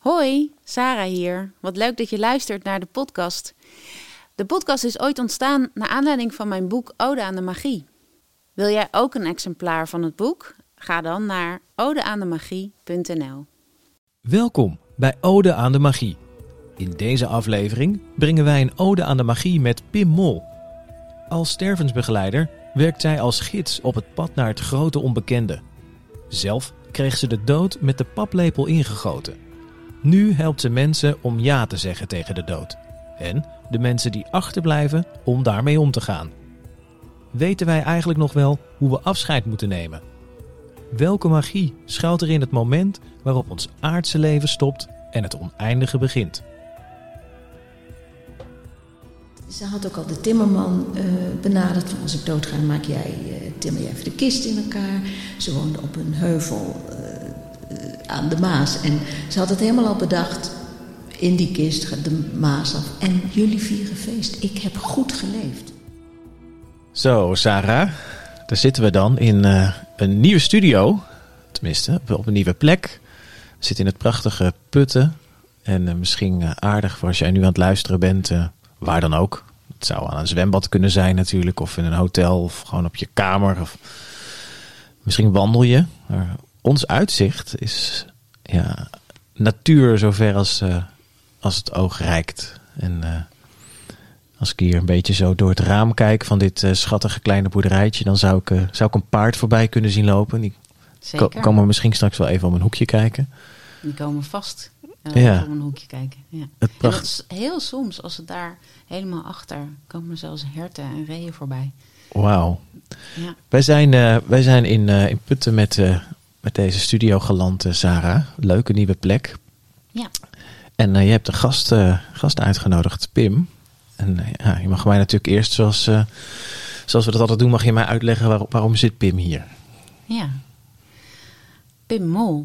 Hoi, Sarah hier. Wat leuk dat je luistert naar de podcast. De podcast is ooit ontstaan naar aanleiding van mijn boek Ode aan de Magie. Wil jij ook een exemplaar van het boek? Ga dan naar odeaandemagie.nl. Welkom bij Ode aan de Magie. In deze aflevering brengen wij een ode aan de magie met Pim Mol. Als stervensbegeleider werkt zij als gids op het pad naar het grote onbekende. Zelf kreeg ze de dood met de paplepel ingegoten. Nu helpt ze mensen om ja te zeggen tegen de dood. En de mensen die achterblijven om daarmee om te gaan. Weten wij eigenlijk nog wel hoe we afscheid moeten nemen? Welke magie schuilt er in het moment waarop ons aardse leven stopt en het oneindige begint? Ze had ook al de timmerman benaderd van als ik doodga timmer jij even de kist in elkaar. Ze woonde op een heuvel aan de Maas en ze had het helemaal al bedacht. In die kist gaat de Maas af en jullie vieren feest. Ik heb goed geleefd. Zo, Sarah, daar zitten we dan in een nieuwe studio. Tenminste, op een nieuwe plek. We zitten in het prachtige Putten. En misschien aardig voor als jij nu aan het luisteren bent, waar dan ook. Het zou aan een zwembad kunnen zijn natuurlijk, of in een hotel, of gewoon op je kamer. Of misschien wandel je. Maar ons uitzicht is natuur zover als het oog reikt. En als ik hier een beetje zo door het raam kijk van dit schattige kleine boerderijtje, dan zou ik een paard voorbij kunnen zien lopen. Die komen misschien straks wel even om een hoekje kijken. Die komen vast om een hoekje kijken. Ja. Het dat is heel soms, als het daar helemaal achter, komen zelfs herten en reeën voorbij. Wauw. Ja. Wij zijn in Putten met deze studio geland, Sarah. Leuke nieuwe plek. Ja. En je hebt een gast uitgenodigd, Pim. En je mag mij natuurlijk eerst, zoals we dat altijd doen, mag je mij uitleggen waarom zit Pim hier? Ja. Pim Mol.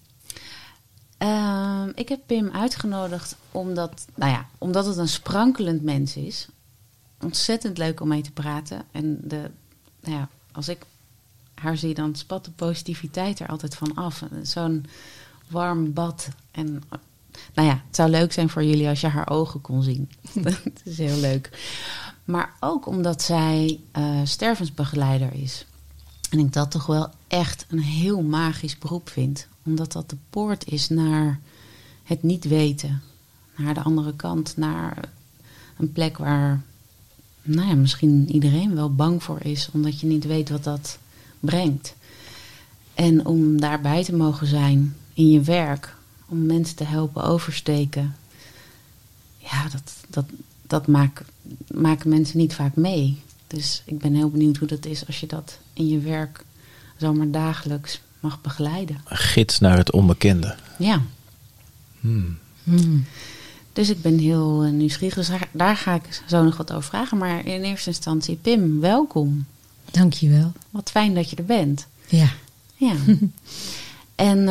Ik heb Pim uitgenodigd omdat het een sprankelend mens is. Ontzettend leuk om mee te praten. En als ik haar zie, dan spat de positiviteit er altijd van af. Zo'n warm bad. En het zou leuk zijn voor jullie als je haar ogen kon zien. Dat is heel leuk. Maar ook omdat zij stervensbegeleider is. En ik dat toch wel echt een heel magisch beroep vind. Omdat dat de poort is naar het niet weten. Naar de andere kant. Naar een plek waar misschien iedereen wel bang voor is. Omdat je niet weet wat dat brengt. En om daarbij te mogen zijn in je werk. Om mensen te helpen oversteken. Ja, dat maken mensen niet vaak mee. Dus ik ben heel benieuwd hoe dat is als je dat in je werk zomaar dagelijks mag begeleiden. Een gids naar het onbekende. Ja. Dus ik ben heel nieuwsgierig. Dus daar ga ik zo nog wat over vragen. Maar in eerste instantie, Pim, welkom. Dankjewel. Wat fijn dat je er bent. Ja. En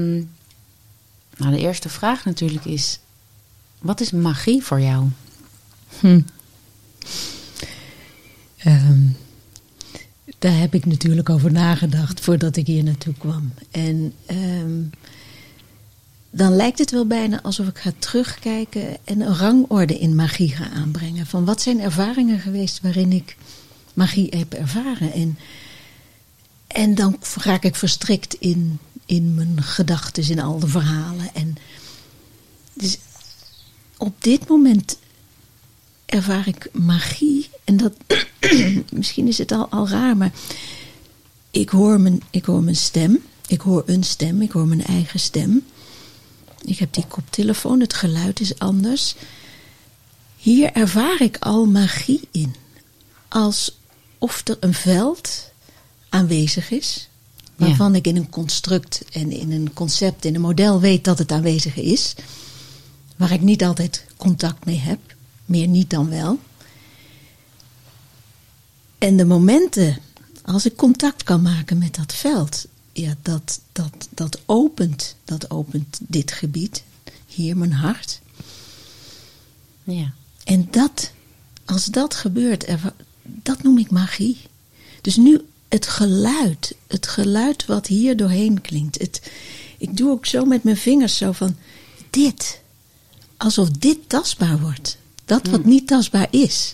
de eerste vraag natuurlijk is, wat is magie voor jou? Daar heb ik natuurlijk over nagedacht voordat ik hier naartoe kwam. En dan lijkt het wel bijna alsof ik ga terugkijken en een rangorde in magie ga aanbrengen. Van wat zijn ervaringen geweest waarin ik magie heb ervaren. En dan raak ik verstrikt in mijn gedachten, in al de verhalen. En dus op dit moment ervaar ik magie. En dat, misschien is het al raar, maar ik hoor mijn stem. Ik hoor een stem, ik hoor mijn eigen stem. Ik heb die koptelefoon, het geluid is anders. Hier ervaar ik al magie in. Alsof er een veld aanwezig is. Waarvan ik in een construct en in een concept, in een model weet dat het aanwezig is. Waar ik niet altijd contact mee heb. Meer niet dan wel. En de momenten, als ik contact kan maken met dat veld. Ja, dat opent dit gebied. Hier mijn hart. Ja. En als dat gebeurt, dat noem ik magie. Dus nu het geluid wat hier doorheen klinkt. Ik doe ook zo met mijn vingers zo van, dit. Alsof dit tastbaar wordt. Dat wat niet tastbaar is.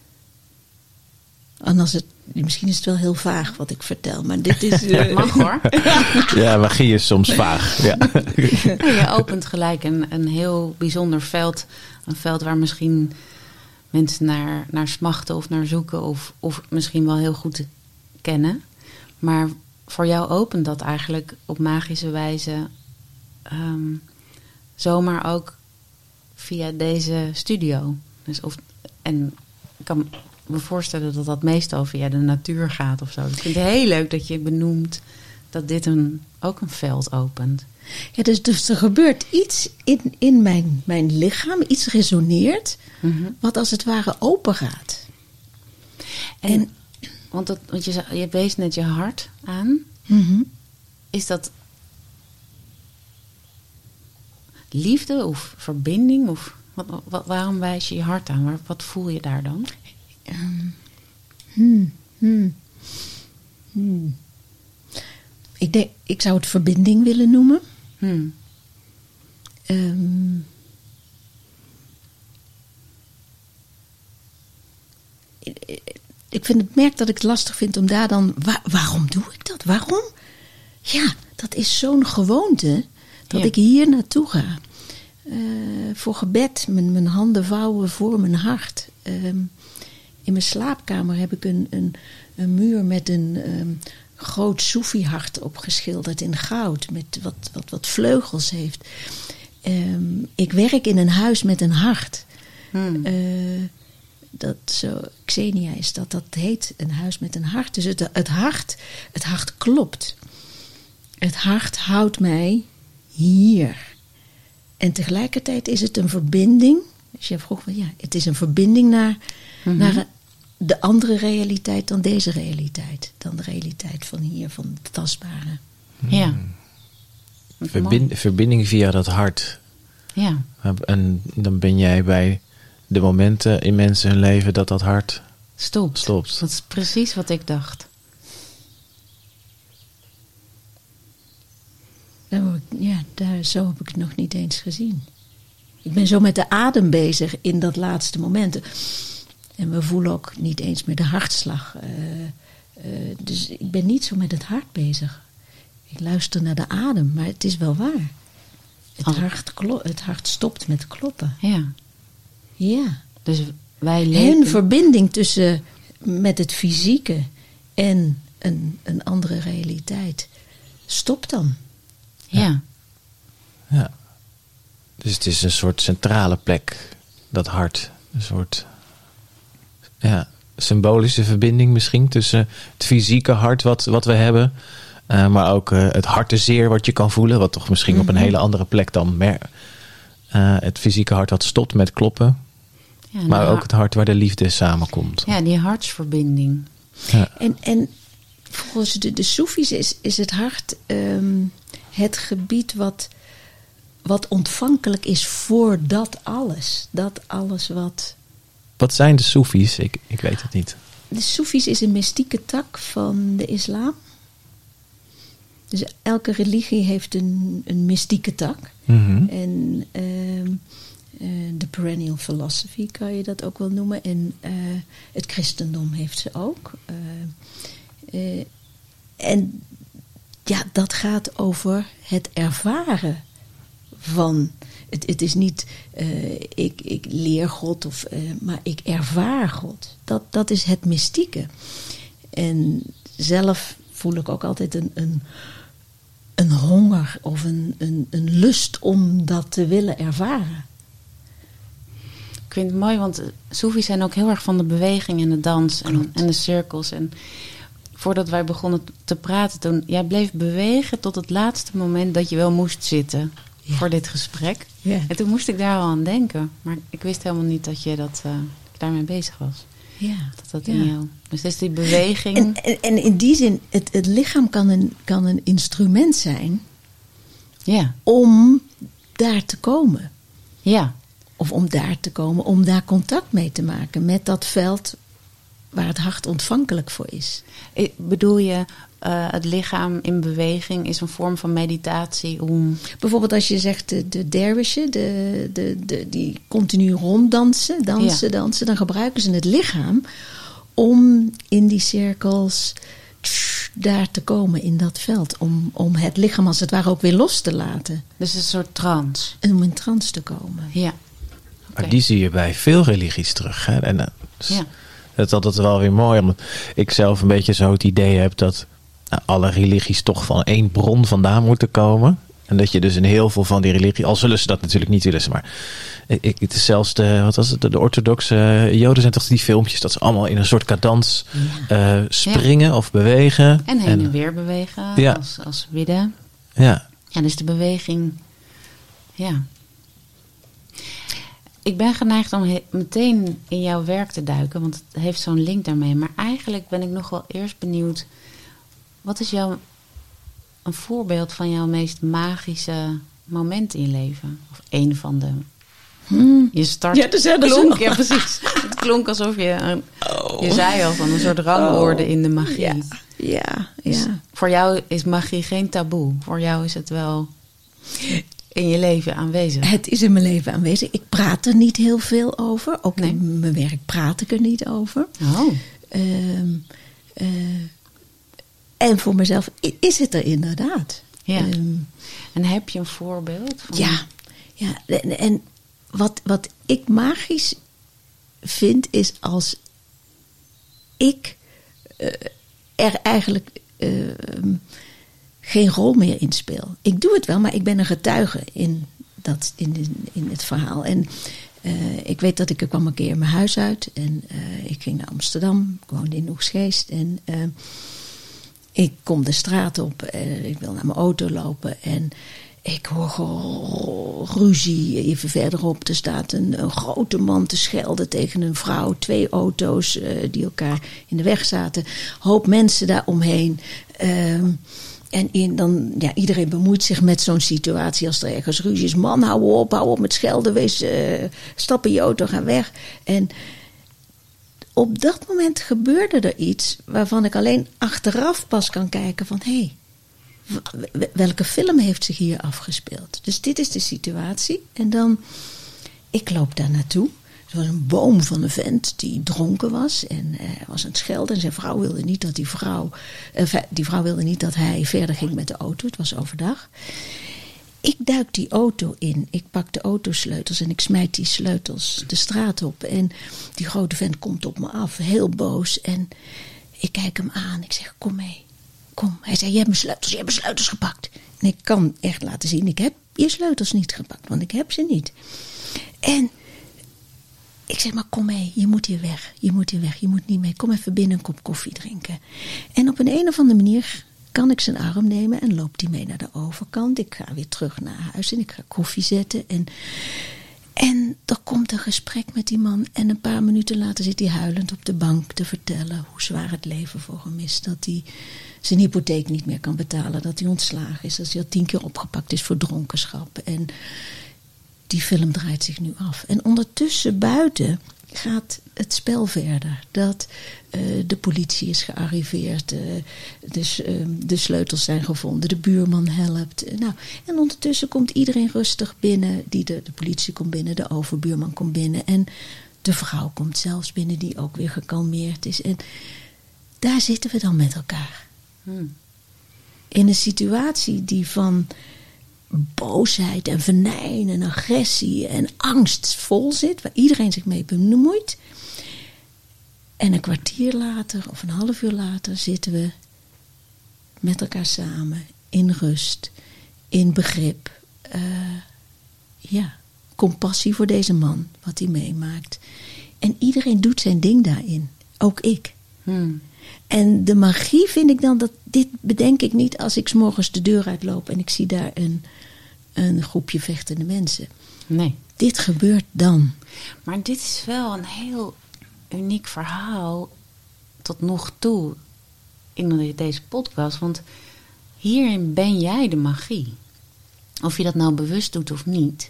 En als het, misschien is het wel heel vaag wat ik vertel, maar dit is... Mag hoor. Ja, magie is soms vaag. Ja. Je opent gelijk een heel bijzonder veld. Een veld waar misschien mensen naar smachten of naar zoeken. Of misschien wel heel goed kennen. Maar voor jou opent dat eigenlijk op magische wijze zomaar ook via deze studio. Dus en ik kan me voorstellen dat dat meestal via de natuur gaat of zo. Ik vind het heel leuk dat je benoemt dat dit ook een veld opent. Ja, dus er gebeurt iets in mijn lichaam, iets resoneert, wat als het ware open gaat. Want je wees net je hart aan. Is dat liefde of verbinding? Of waarom wijs je je hart aan? Wat voel je daar dan? Ik denk, ik zou het verbinding willen noemen. Ik merk dat ik het lastig vind om daar dan... waarom doe ik dat? Waarom? Ja, dat is zo'n gewoonte dat ik hier naartoe ga. Voor gebed, mijn handen vouwen voor mijn hart. In mijn slaapkamer heb ik een muur met een groot Soefi-hart opgeschilderd in goud. Met wat vleugels heeft. Ik werk in een huis met een hart. Xenia is dat heet een huis met een hart. Dus het hart klopt. Het hart houdt mij hier. En tegelijkertijd is het een verbinding. Dus je vroeg me, het is een verbinding naar de andere realiteit dan deze realiteit. Dan de realiteit van hier, van het tastbare. Ja. Verbinding via dat hart. Ja. En dan ben jij bij de momenten in mensen hun leven dat hart stopt. Dat is precies wat ik dacht. Zo heb ik het nog niet eens gezien. Ik ben zo met de adem bezig in dat laatste moment. En we voelen ook niet eens meer de hartslag. Dus ik ben niet zo met het hart bezig. Ik luister naar de adem, maar het is wel waar. Het hart stopt met kloppen. Ja. Ja. Dus wij leven... En verbinding tussen met het fysieke en een andere realiteit stopt dan. Ja. Dus het is een soort centrale plek, dat hart. Een soort symbolische verbinding misschien tussen het fysieke hart wat we hebben. Maar ook het hartenzeer wat je kan voelen. Wat toch misschien op een hele andere plek dan het fysieke hart wat stopt met kloppen. Ja, maar ook het hart waar de liefde samenkomt. Ja, die hartsverbinding. Ja. En volgens de Soefies is het hart het gebied wat ontvankelijk is voor dat alles. Dat alles wat... Wat zijn de Soefies? Ik weet het niet. De Soefies is een mystieke tak van de islam. Dus elke religie heeft een mystieke tak. En de perennial philosophy kan je dat ook wel noemen. En het christendom heeft ze ook. En dat gaat over het ervaren van... Het is niet ik leer God, maar ik ervaar God. Dat is het mystieke. En zelf voel ik ook altijd een honger of een lust om dat te willen ervaren. Ik vind het mooi, want Soefies zijn ook heel erg van de beweging en de dans en de cirkels. En voordat wij begonnen te praten, toen jij bleef bewegen tot het laatste moment dat je wel moest zitten voor dit gesprek. Ja. En toen moest ik daar al aan denken. Maar ik wist helemaal niet dat je daarmee bezig was. Ja. Dat in jou. Dus het is die beweging. En in die zin, het lichaam kan een instrument zijn om daar te komen. Ja. Of om daar te komen, om daar contact mee te maken met dat veld waar het hart ontvankelijk voor is. Bedoel je, het lichaam in beweging is een vorm van meditatie om... Bijvoorbeeld als je zegt de dervishen, die continu ronddansen, dan gebruiken ze het lichaam om in die cirkels daar te komen in dat veld. Om het lichaam als het ware ook weer los te laten. Dus een soort trance. En om in trance te komen. Ja. Maar die zie je bij veel religies terug. Hè? En Ja. dat is altijd wel weer mooi. Omdat ik zelf een beetje zo het idee heb dat alle religies toch van één bron vandaan moeten komen. En dat je dus in heel veel van die religie, al zullen ze dat natuurlijk niet willen, maar het is zelfs de orthodoxe Joden zijn toch die filmpjes dat ze allemaal in een soort cadans springen of bewegen. En heen en weer bewegen als widden. Ja. Ja, dus de beweging, ja. Ik ben geneigd om meteen in jouw werk te duiken, want het heeft zo'n link daarmee. Maar eigenlijk ben ik nog wel eerst benieuwd, wat is een voorbeeld van jouw meest magische moment in je leven? Of een van de... Je start... Ja, dus klonk. Ja, precies. Het klonk alsof je... Je zei al van een soort rangorde in de magie. Ja. Dus voor jou is magie geen taboe. Voor jou is het wel in je leven aanwezig. Het is in mijn leven aanwezig. Ik praat er niet heel veel over. Ook in mijn werk praat ik er niet over. Oh. En voor mezelf is het er inderdaad. Ja. En heb je een voorbeeld? Van... Ja. En wat ik magisch vind is als ik er eigenlijk geen rol meer in speel. Ik doe het wel, maar ik ben een getuige in het verhaal. En ik weet dat ik kwam een keer mijn huis uit en ik ging naar Amsterdam. Ik woonde in Oegstgeest en ik kom de straat op en ik wil naar mijn auto lopen en ik hoor ruzie. Even verderop, er staat een grote man te schelden tegen een vrouw. 2 auto's die elkaar in de weg zaten. Hoop mensen daar omheen. Iedereen bemoeit zich met zo'n situatie als er ergens ruzie is. Man, hou op met schelden. Stap in je auto, ga weg. En op dat moment gebeurde er iets waarvan ik alleen achteraf pas kan kijken van... welke film heeft zich hier afgespeeld? Dus dit is de situatie. En dan, ik loop daar naartoe. Er was een boom van een vent die dronken was. En was aan het schelden. En zijn vrouw wilde niet dat die vrouw wilde niet dat hij verder ging met de auto. Het was overdag. Ik duik die auto in. Ik pak de autosleutels en ik smijt die sleutels de straat op. En die grote vent komt op me af, heel boos. En ik kijk hem aan. Ik zeg, kom mee. Kom. Hij zei, je hebt mijn sleutels gepakt. En ik kan echt laten zien, ik heb je sleutels niet gepakt. Want ik heb ze niet. En ik zeg, maar kom mee. Je moet hier weg. Je moet niet mee. Kom even binnen een kop koffie drinken. En op een of andere manier kan ik zijn arm nemen en loopt hij mee naar de overkant. Ik ga weer terug naar huis en ik ga koffie zetten. En er komt een gesprek met die man. En een paar minuten later zit hij huilend op de bank te vertellen hoe zwaar het leven voor hem is. Dat hij zijn hypotheek niet meer kan betalen. Dat hij ontslagen is. Dat hij al 10 keer opgepakt is voor dronkenschap. En die film draait zich nu af. En ondertussen buiten gaat het spel verder. Dat de politie is gearriveerd. De sleutels zijn gevonden. De buurman helpt. En ondertussen komt iedereen rustig binnen. De politie komt binnen. De overbuurman komt binnen. En de vrouw komt zelfs binnen die ook weer gekalmeerd is. En daar zitten we dan met elkaar. In een situatie die van boosheid en venijn en agressie en angst vol zit. Waar iedereen zich mee bemoeit. En een kwartier later of een half uur later zitten we met elkaar samen. In rust. In begrip. Compassie voor deze man. Wat hij meemaakt. En iedereen doet zijn ding daarin. Ook ik. En de magie vind ik dan dat... Dit bedenk ik niet als ik 's morgens de deur uitloop en ik zie daar een groepje vechtende mensen. Nee. Dit gebeurt dan. Maar dit is wel een heel uniek verhaal tot nog toe in deze podcast. Want hierin ben jij de magie. Of je dat nou bewust doet of niet.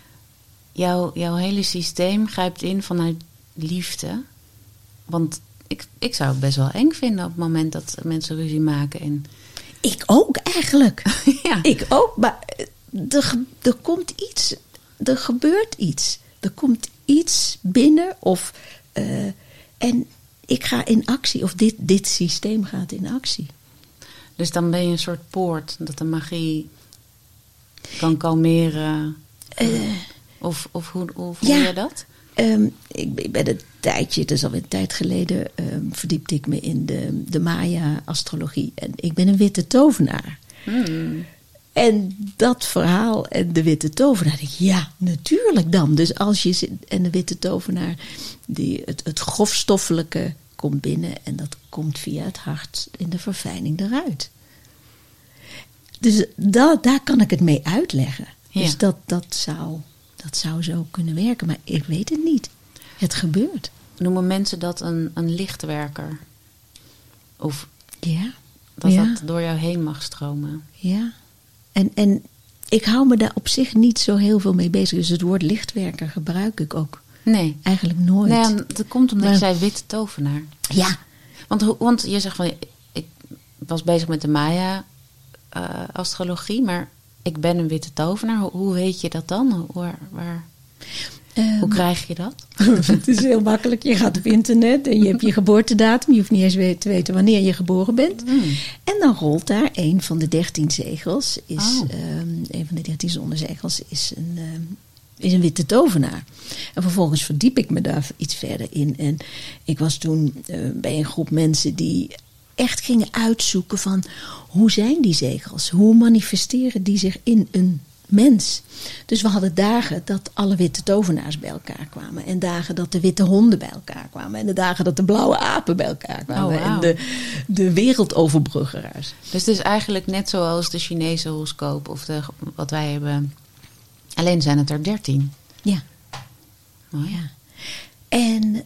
Jouw hele systeem grijpt in vanuit liefde. Want ik zou het best wel eng vinden op het moment dat mensen ruzie maken. En... Ik ook eigenlijk. Ja. Ik ook, maar er komt iets. Er gebeurt iets. Er komt iets binnen en ik ga in actie. Of dit systeem gaat in actie. Dus dan ben je een soort poort dat de magie kan kalmeren. Of hoe voel je dat? Ik ben een tijdje, het is alweer een tijd geleden, verdiepte ik me in de Maya-astrologie. En ik ben een witte tovenaar. En dat verhaal en de witte tovenaar, denk ik, ja, natuurlijk dan. Dus als je zit, en de witte tovenaar, het grofstoffelijke komt binnen en dat komt via het hart in de verfijning eruit. Dus daar kan ik het mee uitleggen. Ja. Dus dat zou zo kunnen werken, maar ik weet het niet. Het gebeurt. Noemen mensen dat een lichtwerker? Of Ja. dat door jou heen mag stromen? Ja. En ik hou me daar op zich niet zo heel veel mee bezig. Dus het woord lichtwerker gebruik ik ook Nee. eigenlijk nooit. Nee, dat komt omdat je zei witte tovenaar. Ja. Want je zegt van, ik was bezig met de Maya-astrologie, maar ik ben een witte tovenaar. Hoe weet je dat dan? Hoe krijg je dat? Het is heel makkelijk. Je gaat op internet en je hebt je geboortedatum. Je hoeft niet eens te weten wanneer je geboren bent. En dan rolt daar een van de 13 zegels. Een van de 13 zonnezegels is een witte tovenaar. En vervolgens verdiep ik me daar iets verder in. En ik was toen bij een groep mensen die echt gingen uitzoeken van hoe zijn die zegels? Hoe manifesteren die zich in een mens? Dus we hadden dagen dat alle witte tovenaars bij elkaar kwamen. En dagen dat de witte honden bij elkaar kwamen. En de dagen dat de blauwe apen bij elkaar kwamen. Oh, wow. En de wereldoverbruggeraars. Dus het is eigenlijk net zoals de Chinese horoscoop of wat wij hebben. Alleen zijn het er 13. Ja. Mooi. Ja. En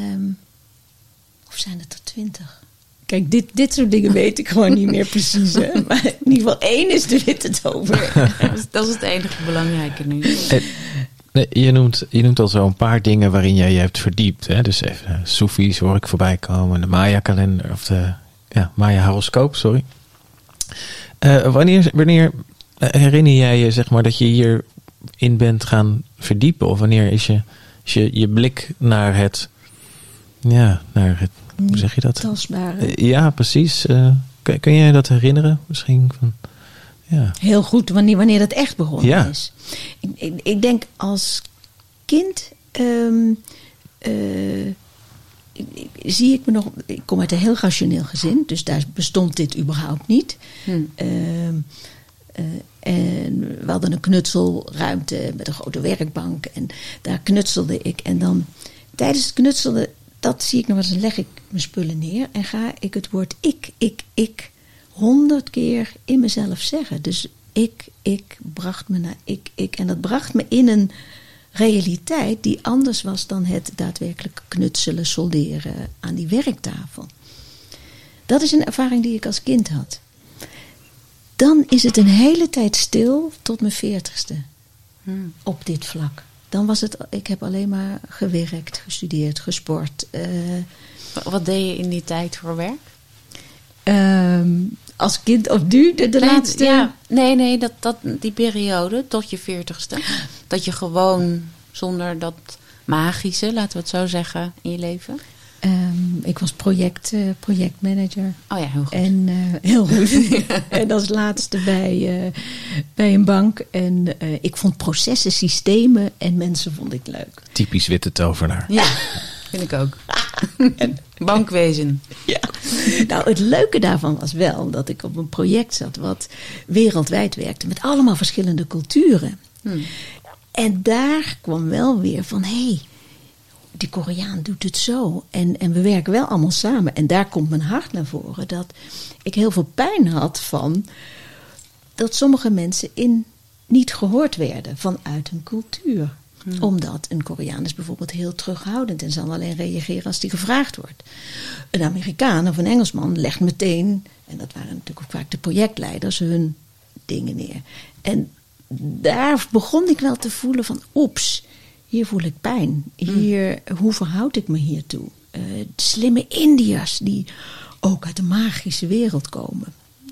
of zijn het er 20? Kijk, dit soort dingen weet ik gewoon niet meer precies. Hè? Maar in ieder geval 1 is de witte tovenaar. Dat is het enige belangrijke nu. Je noemt al zo een paar dingen waarin jij je hebt verdiept. Hè? Dus even Soefies hoor ik voorbij komen. De Maya-kalender, of de Maya-horoscoop, sorry. Wanneer herinner jij je, zeg maar, dat je hierin bent gaan verdiepen? Of wanneer is je blik naar het... Ja, naar het... Hoe zeg je dat? Tastbare. Ja, precies. Kun jij dat herinneren? Misschien van... Ja. Heel goed, wanneer dat echt begonnen is. Ik denk als kind zie ik me nog... Ik kom uit een heel rationeel gezin, dus daar bestond dit überhaupt niet. En we hadden een knutselruimte met een grote werkbank. En daar knutselde ik. En dan tijdens het knutselen, dat zie ik nog eens, leg ik mijn spullen neer. En ga ik het woord ik 100 keer in mezelf zeggen. Dus ik bracht me naar ik. En dat bracht me in een realiteit die anders was dan het daadwerkelijk knutselen, solderen aan die werktafel. Dat is een ervaring die ik als kind had. Dan is het een hele tijd stil tot mijn 40ste op dit vlak. Dan was het, ik heb alleen maar gewerkt, gestudeerd, gesport. Wat deed je in die tijd voor werk? Als kind of nu, de laatste... Ja, nee, die periode tot je 40ste. Dat je gewoon zonder dat magische, laten we het zo zeggen, in je leven... Ik was projectmanager. Oh ja, heel goed. En heel goed. En als laatste bij een bank. En ik vond processen, systemen en mensen vond ik leuk. Typisch witte tovenaar. Ja, vind ik ook. Bankwezen. Ja. Nou, het leuke daarvan was wel dat ik op een project zat wat wereldwijd werkte met allemaal verschillende culturen. En daar kwam wel weer van, hé, die Koreaan doet het zo. En we werken wel allemaal samen. En daar komt mijn hart naar voren. Dat ik heel veel pijn had van dat sommige mensen niet gehoord werden vanuit hun cultuur. Omdat een Koreaan is bijvoorbeeld heel terughoudend en zal alleen reageren als die gevraagd wordt. Een Amerikaan of een Engelsman legt meteen, en dat waren natuurlijk ook vaak de projectleiders, hun dingen neer. En daar begon ik wel te voelen van, oeps, hier voel ik pijn. Hoe verhoud ik me hiertoe? slimme Indiërs die ook uit de magische wereld komen.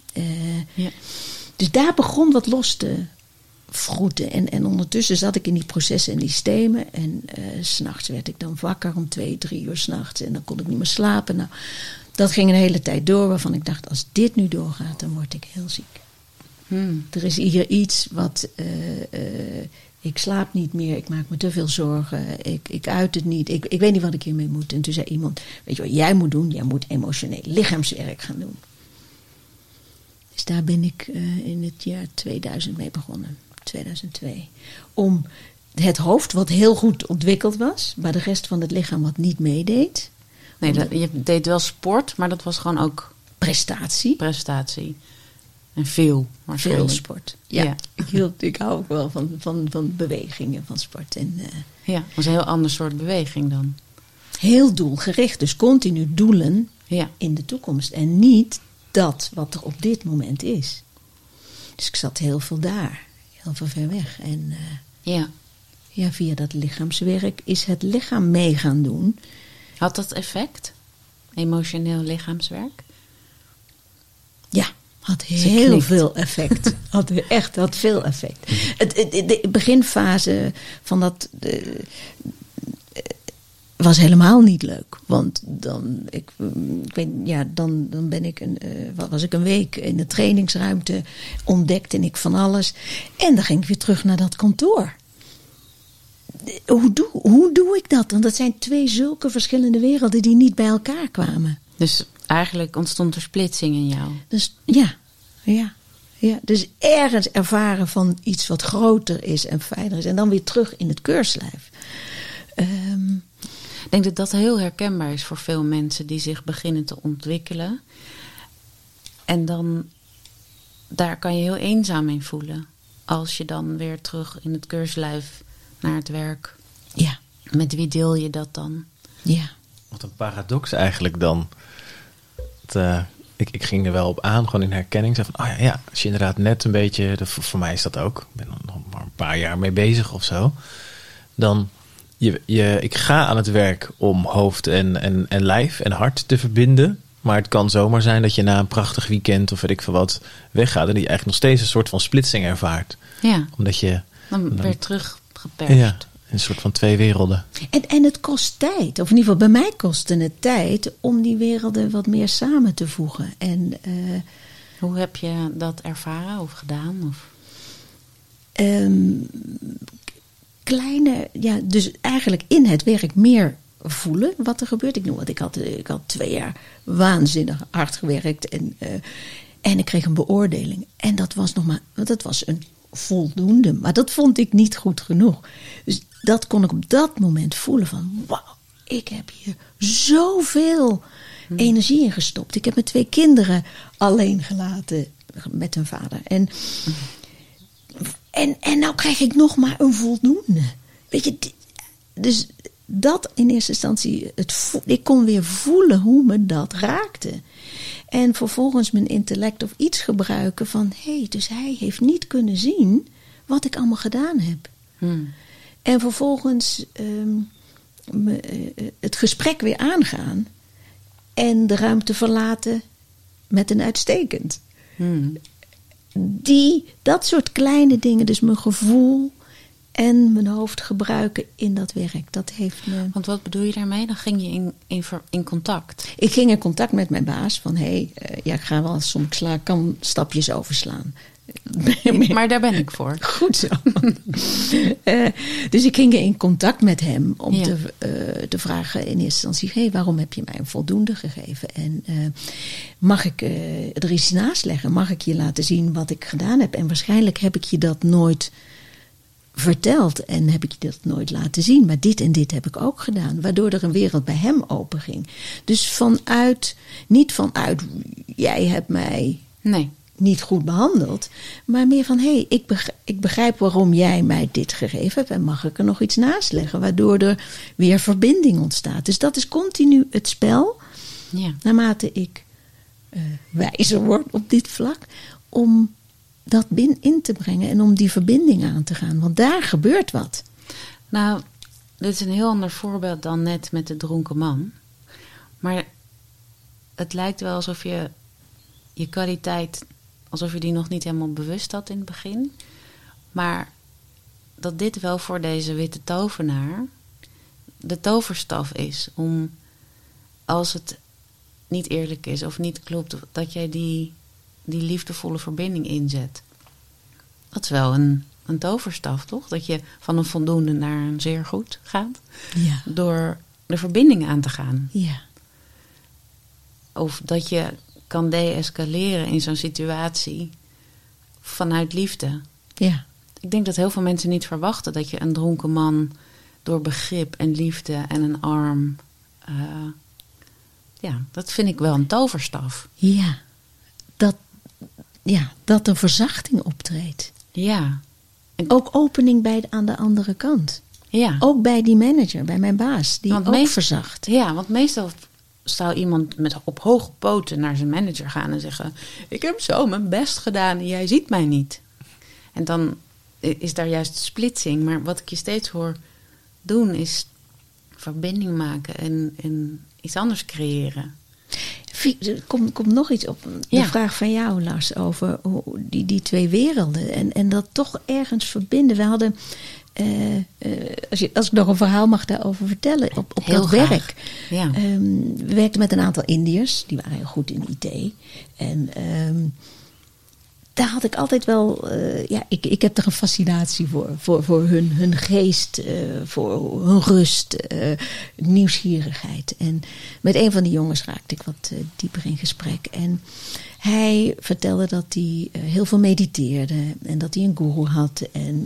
Dus daar begon wat los te vroeten. En ondertussen zat ik in die processen en die systemen. En 's nachts werd ik dan wakker om 2, 3 uur 's nachts. En dan kon ik niet meer slapen. Nou, dat ging een hele tijd door waarvan ik dacht, als dit nu doorgaat, dan word ik heel ziek. Er is hier iets wat... ik slaap niet meer, ik maak me te veel zorgen, ik uit het niet, ik weet niet wat ik hiermee moet. En toen zei iemand, weet je wat jij moet doen? Jij moet emotioneel lichaamswerk gaan doen. Dus daar ben ik in het jaar 2000 mee begonnen, 2002. Om het hoofd, wat heel goed ontwikkeld was, maar de rest van het lichaam wat niet meedeed. Nee, je deed wel sport, maar dat was gewoon ook... Prestatie. En veel sport. Ja. Ik hou ook wel van bewegingen, van sport. En, dat was een heel ander soort beweging dan. Heel doelgericht, dus continu doelen in de toekomst. En niet dat wat er op dit moment is. Dus ik zat heel veel daar, heel veel ver weg. En via dat lichaamswerk is het lichaam mee gaan doen. Had dat effect? Emotioneel lichaamswerk? Ja. Had heel veel effect. Had veel effect. De beginfase van dat was helemaal niet leuk. Want dan, was ik een week in de trainingsruimte, ontdekte ik van alles. En dan ging ik weer terug naar dat kantoor. Hoe doe ik dat? Want dat zijn 2 zulke verschillende werelden die niet bij elkaar kwamen. Dus eigenlijk ontstond er splitsing in jou. Dus ja. Dus ergens ervaren van iets wat groter is en fijner is. En dan weer terug in het keurslijf. Ik denk dat dat heel herkenbaar is voor veel mensen die zich beginnen te ontwikkelen. En dan, daar kan je heel eenzaam in voelen. Als je dan weer terug in het keurslijf naar het werk. Ja. Met wie deel je dat dan? Ja. Wat een paradox eigenlijk dan. Ik ging er wel op aan, gewoon in herkenning. Zei van, als je inderdaad net een beetje... Voor mij is dat ook. Ik ben er nog maar een paar jaar mee bezig of zo. Dan, ik ga aan het werk om hoofd en lijf en hart te verbinden. Maar het kan zomaar zijn dat je na een prachtig weekend of weet ik veel wat weggaat. En dat je eigenlijk nog steeds een soort van splitsing ervaart. Ja, omdat je... Dan weer teruggeperst. Ja, een soort van 2 werelden. En het kost tijd. Of in ieder geval bij mij kostte het tijd om die werelden wat meer samen te voegen. En, hoe heb je dat ervaren of gedaan? Of? Dus eigenlijk in het werk meer voelen wat er gebeurt. Ik had 2 jaar waanzinnig hard gewerkt en ik kreeg een beoordeling. En dat was een voldoende, maar dat vond ik niet goed genoeg. Dus dat kon ik op dat moment voelen van, wauw, ik heb hier zoveel energie in gestopt. Ik heb mijn 2 kinderen alleen gelaten met hun vader. En nou krijg ik nog maar een voldoende. Weet je, dus dat in eerste instantie, ik kon weer voelen hoe me dat raakte. En vervolgens mijn intellect of iets gebruiken van... dus hij heeft niet kunnen zien wat ik allemaal gedaan heb. En vervolgens het gesprek weer aangaan... en de ruimte verlaten met een uitstekend. Dat soort kleine dingen, dus mijn gevoel... en mijn hoofd gebruiken in dat werk. Dat heeft me... Want wat bedoel je daarmee? Dan ging je in contact. Ik ging in contact met mijn baas. Van ik ga wel soms kan stapjes overslaan. Maar daar ben ik voor. Goed zo. Dus ik ging in contact met hem om te vragen in eerste instantie... waarom heb je mij een voldoende gegeven? En mag ik er iets naast leggen? Mag ik je laten zien wat ik gedaan heb? En waarschijnlijk heb ik je dat nooit... verteld en heb ik je dat nooit laten zien. Maar dit en dit heb ik ook gedaan. Waardoor er een wereld bij hem openging. Dus niet vanuit... jij hebt mij niet goed behandeld. Maar meer van... ik begrijp waarom jij mij dit gegeven hebt. En mag ik er nog iets naast leggen. Waardoor er weer verbinding ontstaat. Dus dat is continu het spel. Ja. Naarmate ik wijzer word op dit vlak. Om... dat in te brengen en om die verbinding aan te gaan. Want daar gebeurt wat. Nou, dit is een heel ander voorbeeld dan net met de dronken man. Maar het lijkt wel alsof je kwaliteit, alsof je die nog niet helemaal bewust had in het begin. Maar dat dit wel voor deze witte tovenaar de toverstaf is. Om, als het niet eerlijk is of niet klopt, dat jij die liefdevolle verbinding inzet. Dat is wel een toverstaf, toch? Dat je van een voldoende naar een zeer goed gaat. Ja. Door de verbinding aan te gaan. Ja. Of dat je kan de-escaleren in zo'n situatie vanuit liefde. Ja. Ik denk dat heel veel mensen niet verwachten dat je een dronken man door begrip en liefde en een arm... dat vind ik wel een toverstaf. Ja. Dat er verzachting optreedt. Ja. Ook opening aan de andere kant. Ja. Ook bij die manager, bij mijn baas, die ook verzacht. Ja, want meestal zou iemand op hoge poten naar zijn manager gaan en zeggen... ik heb zo mijn best gedaan en jij ziet mij niet. En dan is daar juist splitsing. Maar wat ik je steeds hoor doen is verbinding maken en iets anders creëren. Er komt nog iets op. De vraag van jou, Lars, over die twee werelden. En dat toch ergens verbinden. We hadden, als ik nog een verhaal mag daarover vertellen, op dat graag. werk. Ja. We werkten met een aantal Indiërs. Die waren heel goed in IT. En daar had ik altijd wel... ik heb er een fascinatie voor hun geest, voor hun rust, nieuwsgierigheid. En met een van die jongens raakte ik wat dieper in gesprek. En hij vertelde dat hij heel veel mediteerde en dat hij een guru had. En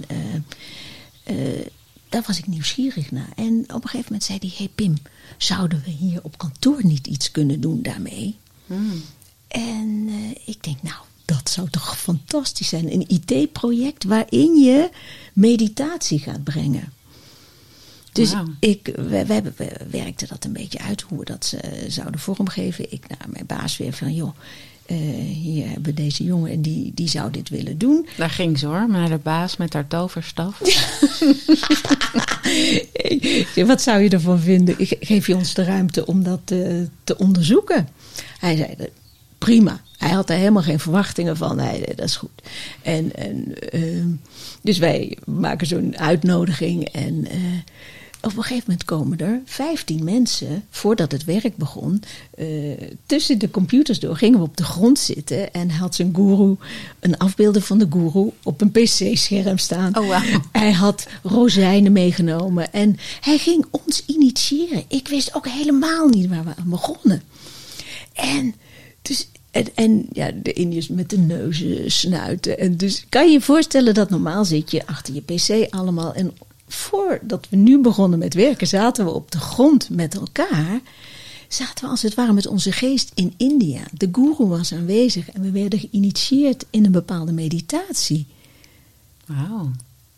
daar was ik nieuwsgierig naar. En op een gegeven moment zei hij... Hey Pim, zouden we hier op kantoor niet iets kunnen doen daarmee? En ik denk, nou... Dat zou toch fantastisch zijn. Een IT-project waarin je meditatie gaat brengen. Dus we werkten dat een beetje uit. Hoe we dat zouden vormgeven. Ik naar mijn baas weer van... joh, hier hebben we deze jongen en die zou dit willen doen. Daar ging ze hoor, naar de baas met haar toverstaf. Wat zou je ervan vinden? Geef je ons de ruimte om dat te onderzoeken? Hij zei, prima. Hij had daar helemaal geen verwachtingen van. Nee, dat is goed. Dus wij maken zo'n uitnodiging. En op een gegeven moment komen er 15 mensen... voordat het werk begon... tussen de computers door gingen we op de grond zitten... en had zijn guru, een afbeelding van de guru... op een pc-scherm staan. Oh, wow. Hij had rozijnen meegenomen. En hij ging ons initiëren. Ik wist ook helemaal niet waar we aan begonnen. En dus... En de Indiërs met de neuzen, snuiten. En dus kan je je voorstellen dat normaal zit je achter je pc allemaal. En voordat we nu begonnen met werken, zaten we op de grond met elkaar. Zaten we als het ware met onze geest in India. De guru was aanwezig en we werden geïnitieerd in een bepaalde meditatie. Wauw.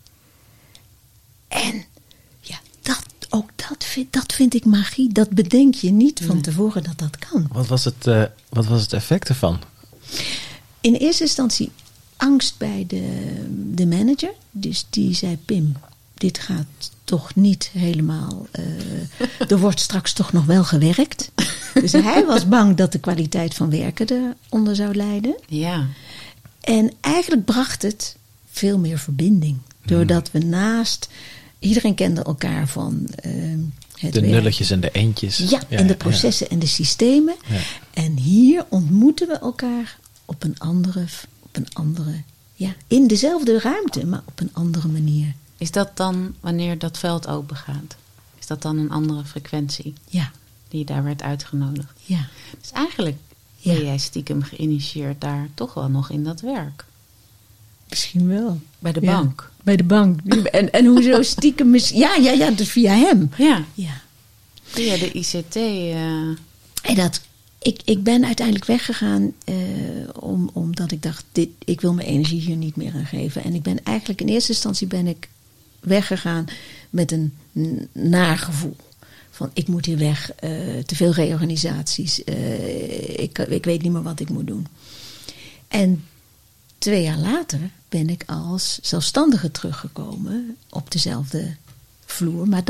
En ja, dat vind ik magie. Dat bedenk je niet van tevoren dat kan. Wat was het effect ervan? In eerste instantie angst bij de manager. Dus die zei, Pim, dit gaat toch niet helemaal... er wordt straks toch nog wel gewerkt. Dus hij was bang dat de kwaliteit van werken eronder zou lijden. Ja. En eigenlijk bracht het veel meer verbinding. Doordat we naast... Iedereen kende elkaar van het de werk. nulletjes en de eentjes. Ja, en de processen en de systemen. Ja. En hier ontmoeten we elkaar op een andere... Ja, in dezelfde ruimte, maar op een andere manier. Is dat dan wanneer dat veld open gaat? Is dat dan een andere frequentie? Ja. Die daar werd uitgenodigd? Ja. Dus eigenlijk ben jij stiekem geïnitieerd daar toch wel nog in dat werk. Misschien wel. Bij de bank. Bij de bank. En hoezo stiekem... Ja, dus via hem. Ja. Ja. Via de ICT. En ik ben uiteindelijk weggegaan omdat ik dacht, ik wil mijn energie hier niet meer aan geven. En ik ben eigenlijk in eerste instantie weggegaan met een nagevoel. Van ik moet hier weg, te veel reorganisaties. Ik weet niet meer wat ik moet doen. En 2 jaar later ben ik als zelfstandige teruggekomen op dezelfde vloer, maar dan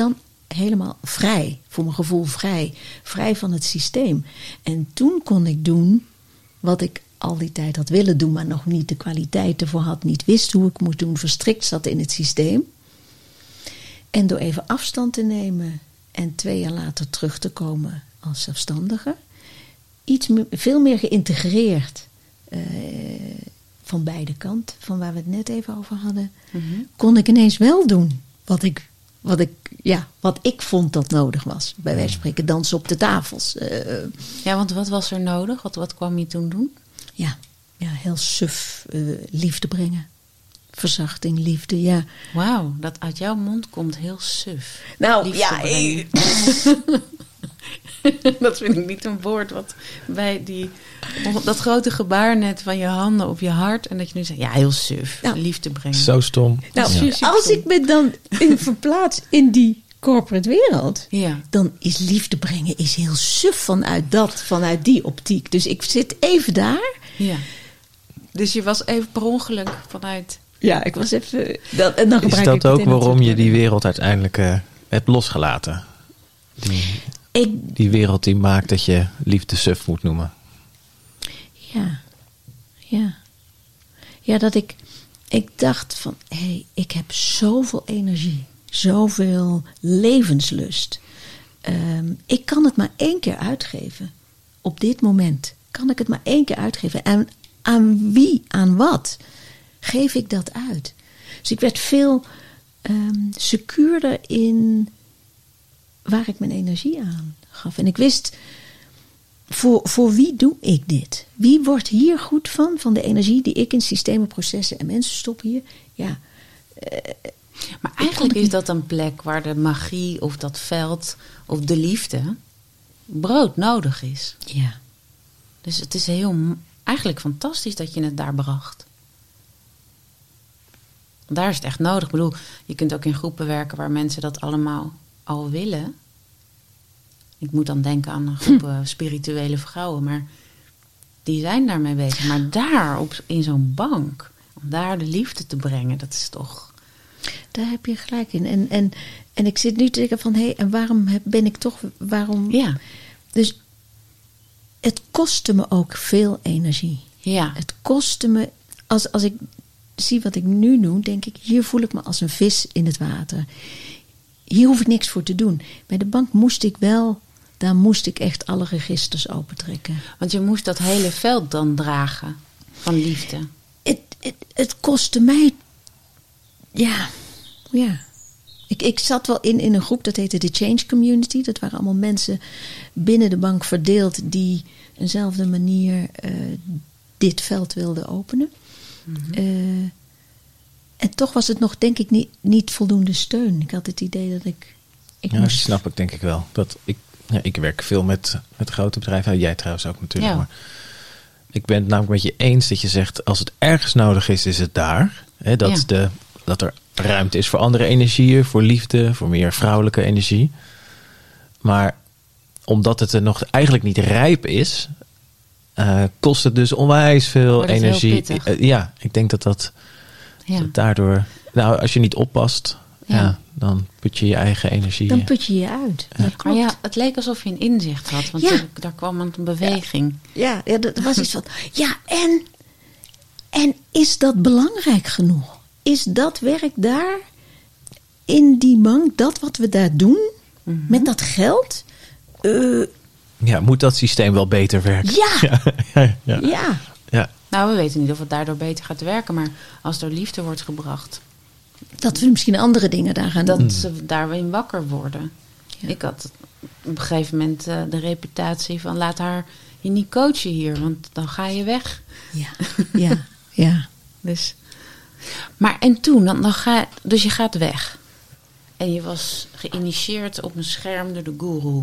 helemaal vrij. Voor mijn gevoel vrij. Vrij van het systeem. En toen kon ik doen wat ik al die tijd had willen doen, maar nog niet de kwaliteit ervoor had, niet wist hoe ik moest doen, verstrikt zat in het systeem. En door even afstand te nemen en 2 jaar later terug te komen als zelfstandige, veel meer geïntegreerd van beide kanten, van waar we het net even over hadden, kon ik ineens wel doen wat ik vond dat nodig was. Bij wijze van spreken dansen op de tafels. Ja, want wat was er nodig? Wat kwam je toen doen? Ja, heel suf liefde brengen. Verzachting, liefde, ja. Wauw, dat uit jouw mond komt heel suf. Nou, Liefde ja. brengen. Dat vind ik niet een woord wat bij dat grote gebaar net van je handen op je hart. En dat je nu zegt, ja, heel suf. Nou, liefde brengen. Zo stom. Nou, als ik me dan verplaats in die corporate wereld, dan is liefde brengen is heel suf vanuit die optiek. Dus ik zit even daar. Ja. Dus je was even per ongeluk vanuit. Ja, ik was even. En dan is dat ook waarom je die wereld uiteindelijk hebt losgelaten? Die wereld die maakt dat je liefde suf moet noemen. Ja, dat ik dacht van, ik heb zoveel energie, zoveel levenslust. Ik kan het maar 1 keer uitgeven. Op dit moment kan ik het maar 1 keer uitgeven. En aan wie, aan wat geef ik dat uit? Dus ik werd veel secuurder in waar ik mijn energie aan gaf. En ik wist, voor wie doe ik dit? Wie wordt hier goed van de energie die ik in systemen, processen en mensen stop hier? Ja. Maar eigenlijk is dat een plek waar de magie of dat veld of de liefde brood nodig is. Ja. Dus het is eigenlijk fantastisch dat je het daar bracht. Daar is het echt nodig. Ik bedoel, je kunt ook in groepen werken waar mensen dat allemaal al willen. Ik moet dan denken aan een groep spirituele vrouwen, maar die zijn daarmee bezig. Maar daar in zo'n bank, om daar de liefde te brengen, dat is toch. Daar heb je gelijk in. En ik zit nu te denken van, en waarom ben ik toch, Ja. Dus het kostte me ook veel energie. Ja. Het kostte me, als ik zie wat ik nu doe, denk ik, hier voel ik me als een vis in het water. Hier hoef ik niks voor te doen. Bij de bank daar moest ik echt alle registers opentrekken. Want je moest dat hele veld dan dragen van liefde. Het kostte mij. Ja. Ik zat wel in een groep, dat heette de Change Community. Dat waren allemaal mensen binnen de bank verdeeld die eenzelfde manier dit veld wilden openen. Mm-hmm. En toch was het nog, denk ik, niet voldoende steun. Ik had het idee dat ik dat snap ik denk ik wel. Ik werk veel met grote bedrijven. Jij trouwens ook natuurlijk. Ja. Maar ik ben het namelijk met je eens dat je zegt, als het ergens nodig is het daar. Hè, dat er ruimte is voor andere energieën, voor liefde, voor meer vrouwelijke energie. Maar omdat het er nog eigenlijk niet rijp is, kost het dus onwijs veel energie. Ik denk dat daardoor, als je niet oppast, dan put je je eigen energie. Dan put je je uit. Maar ja, het leek alsof je een inzicht had, want daar kwam een beweging. Ja, dat was iets van. Ja, en is dat belangrijk genoeg? Is dat werk daar in die bank, dat wat we daar doen, met dat geld? Moet dat systeem wel beter werken? Ja. Nou, we weten niet of het daardoor beter gaat werken, maar als er liefde wordt gebracht, dat we misschien andere dingen daar gaan doen. Dat ze daarin wakker worden. Ja. Ik had op een gegeven moment de reputatie van, laat haar je niet coachen hier, want dan ga je weg. Ja. Dus. Maar en toen, dus je gaat weg. En je was geïnitieerd op een scherm door de goeroe.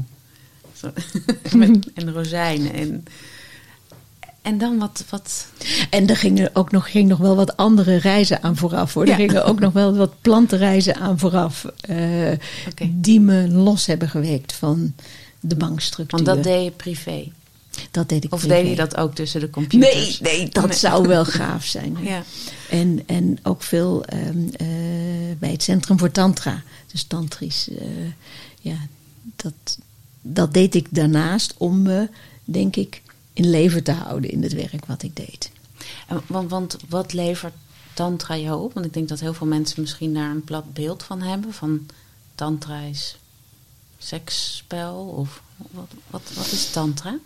En rozijnen. En dan wat. En er ging nog wel wat andere reizen aan vooraf, hoor. Er gingen ook nog wel wat plantenreizen aan vooraf. Die me los hebben geweekt van de bankstructuur. Want dat deed je privé? Dat deed ik of privé. deed je dat ook tussen de computers? Nee, dat zou wel gaaf zijn. Ja. En ook veel bij het Centrum voor Tantra. Dus tantrisch dat deed ik daarnaast om me, denk ik, in leven te houden in het werk wat ik deed. Want wat levert tantra jou op? Want ik denk dat heel veel mensen misschien daar een plat beeld van hebben. Van tantra is seksspel of wat is tantra?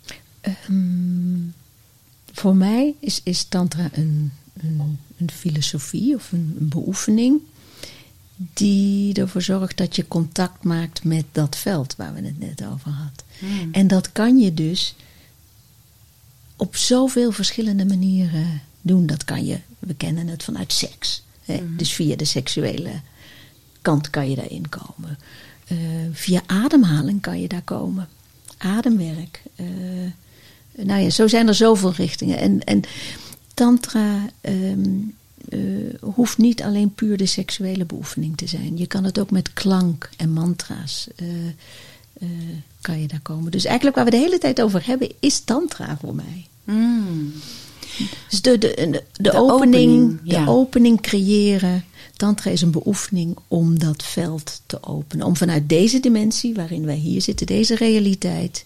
Voor mij is tantra een filosofie of een beoefening die ervoor zorgt dat je contact maakt met dat veld waar we het net over hadden. En dat kan je dus op zoveel verschillende manieren doen. Dat kan je, we kennen het vanuit seks. Dus via de seksuele kant kan je daarin komen. Via ademhaling kan je daar komen. Ademwerk. Zo zijn er zoveel richtingen. En tantra hoeft niet alleen puur de seksuele beoefening te zijn. Je kan het ook met klank en mantra's kan je daar komen. Dus eigenlijk waar we de hele tijd over hebben is tantra voor mij. Dus de opening, de opening creëren. Tantra is een beoefening om dat veld te openen. Om vanuit deze dimensie waarin wij hier zitten, deze realiteit,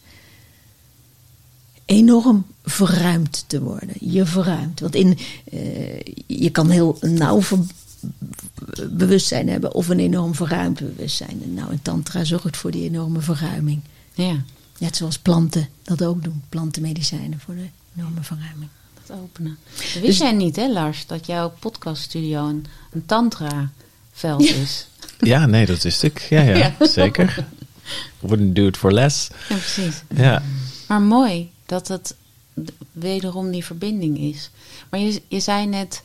enorm verruimd te worden. Je verruimt. Want je kan heel nauw bewustzijn hebben of een enorm verruimd bewustzijn. En nou, in tantra zorgt voor die enorme verruiming. Ja. Net zoals planten dat ook doen. Plantenmedicijnen voor de enorme verruiming. Dat openen. Dat wist jij niet, hè Lars? Dat jouw podcaststudio een tantra-veld is. Ja, nee, dat wist ik. Ja. Zeker. Wouldn't do it for less. Ja, precies. Ja. Maar mooi dat het wederom die verbinding is. Maar je zei net,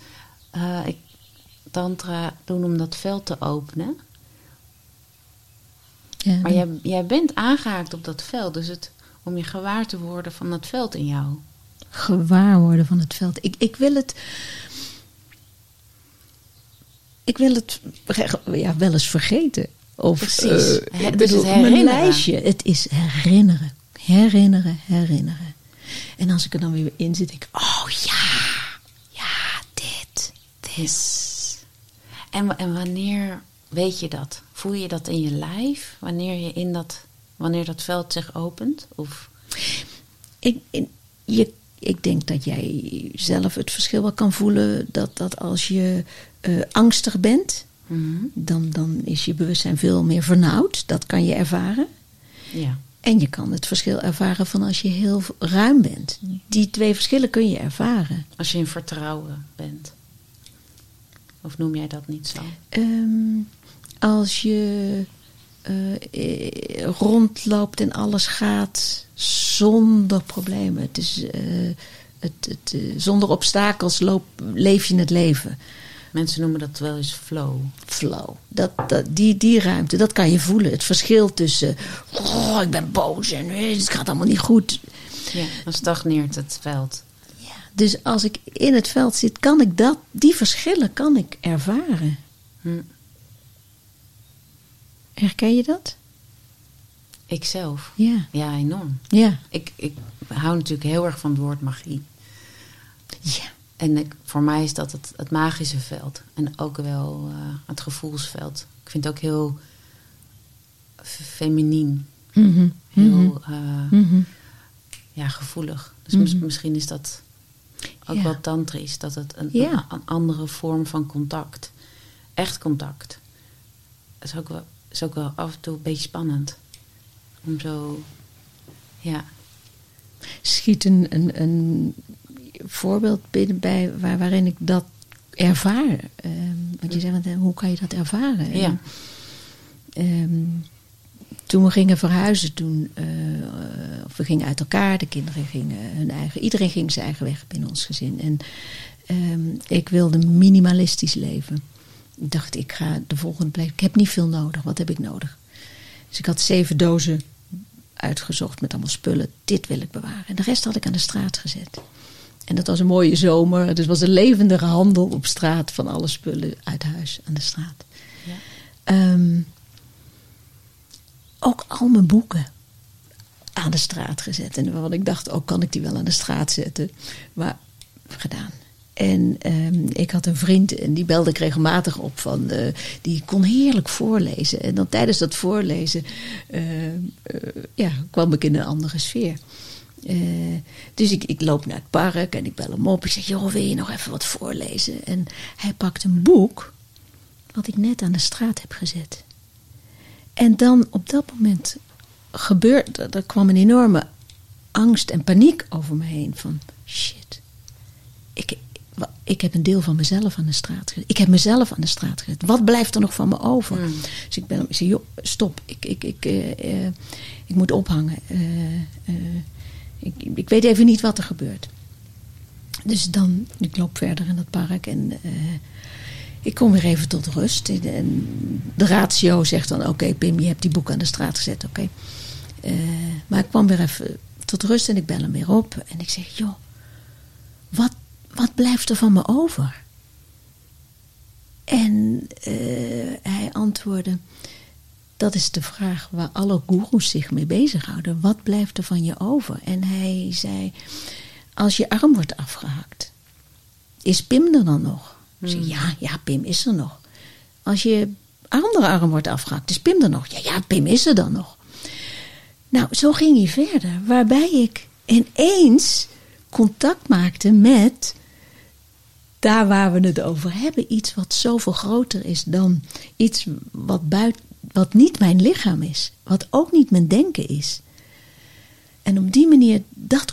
tantra doen om dat veld te openen. Ja, maar jij bent aangehaakt op dat veld. Dus om je gewaar te worden van dat veld in jou. Gewaar worden van het veld. Ik wil het wel eens vergeten. Of, precies. Dus het mijn lijstje. Het is herinneren. Herinneren. En als ik er dan weer in zit, denk ik, oh ja, dit. En wanneer weet je dat? Voel je dat in je lijf? Wanneer dat veld zich opent? Of? Ik denk dat jij zelf het verschil wel kan voelen. Dat als je angstig bent, dan is je bewustzijn veel meer vernauwd. Dat kan je ervaren. Ja. En je kan het verschil ervaren van als je heel ruim bent. Die twee verschillen kun je ervaren. Als je in vertrouwen bent. Of noem jij dat niet zo? Als je rondloopt en alles gaat zonder problemen. Het is, zonder obstakels leef je het leven. Mensen noemen dat wel eens flow. Flow. Die ruimte, dat kan je voelen. Het verschil tussen, ik ben boos en het gaat allemaal niet goed. Ja, dan stagneert het veld. Ja, dus als ik in het veld zit, kan ik die verschillen kan ik ervaren. Herken je dat? Ikzelf? Ja. Ja, enorm. Ja. Ik hou natuurlijk heel erg van het woord magie. Ja. En voor mij is dat het magische veld. En ook wel het gevoelsveld. Ik vind het ook heel feminien. Heel gevoelig. Dus misschien is dat ook wel tantrisch. Dat het een andere vorm van contact. Echt contact. Dat is ook wel af en toe een beetje spannend. Om zo... Ja. Schiet een voorbeeld binnen bij waarin ik dat ervaar. Want je zegt, hoe kan je dat ervaren? Ja. Toen we gingen verhuizen, we gingen uit elkaar, de kinderen gingen iedereen ging zijn eigen weg binnen ons gezin. En ik wilde minimalistisch leven. Ik dacht, ik ga de volgende plek. Ik heb niet veel nodig. Wat heb ik nodig? Dus ik had 7 dozen uitgezocht met allemaal spullen. Dit wil ik bewaren. En de rest had ik aan de straat gezet. En dat was een mooie zomer. Dus het was een levendige handel op straat van alle spullen uit huis aan de straat. Ja. Ook al mijn boeken aan de straat gezet. En waarvan ik dacht, kan ik die wel aan de straat zetten? Maar gedaan. En ik had een vriend en die belde ik regelmatig op die kon heerlijk voorlezen. En dan tijdens dat voorlezen kwam ik in een andere sfeer. Dus ik loop naar het park en ik bel hem op. Ik zeg, joh, wil je nog even wat voorlezen? En hij pakt een boek wat ik net aan de straat heb gezet. En dan op dat moment er kwam een enorme angst en paniek over me heen. Van shit, ik heb een deel van mezelf aan de straat gezet. Ik heb mezelf aan de straat gezet. Wat blijft er nog van me over? Dus ik bel hem. Ik zeg, joh, stop. Ik moet ophangen. Ik weet even niet wat er gebeurt. Dus dan, ik loop verder in het park en ik kom weer even tot rust. En de ratio zegt dan, oké, Pim, je hebt die boek aan de straat gezet, oké. Maar ik kwam weer even tot rust en ik bel hem weer op. En ik zeg, joh, wat blijft er van me over? En hij antwoordde, dat is de vraag waar alle goeroes zich mee bezighouden. Wat blijft er van je over? En hij zei, als je arm wordt afgehakt, is Pim er dan nog? Ik zei, ja, Pim is er nog. Als je andere arm wordt afgehakt, is Pim er nog? Ja, Pim is er dan nog. Nou, zo ging hij verder. Waarbij ik ineens contact maakte met daar waar we het over hebben. Iets wat zoveel groter is dan iets wat niet mijn lichaam is. Wat ook niet mijn denken is. En op die manier, dat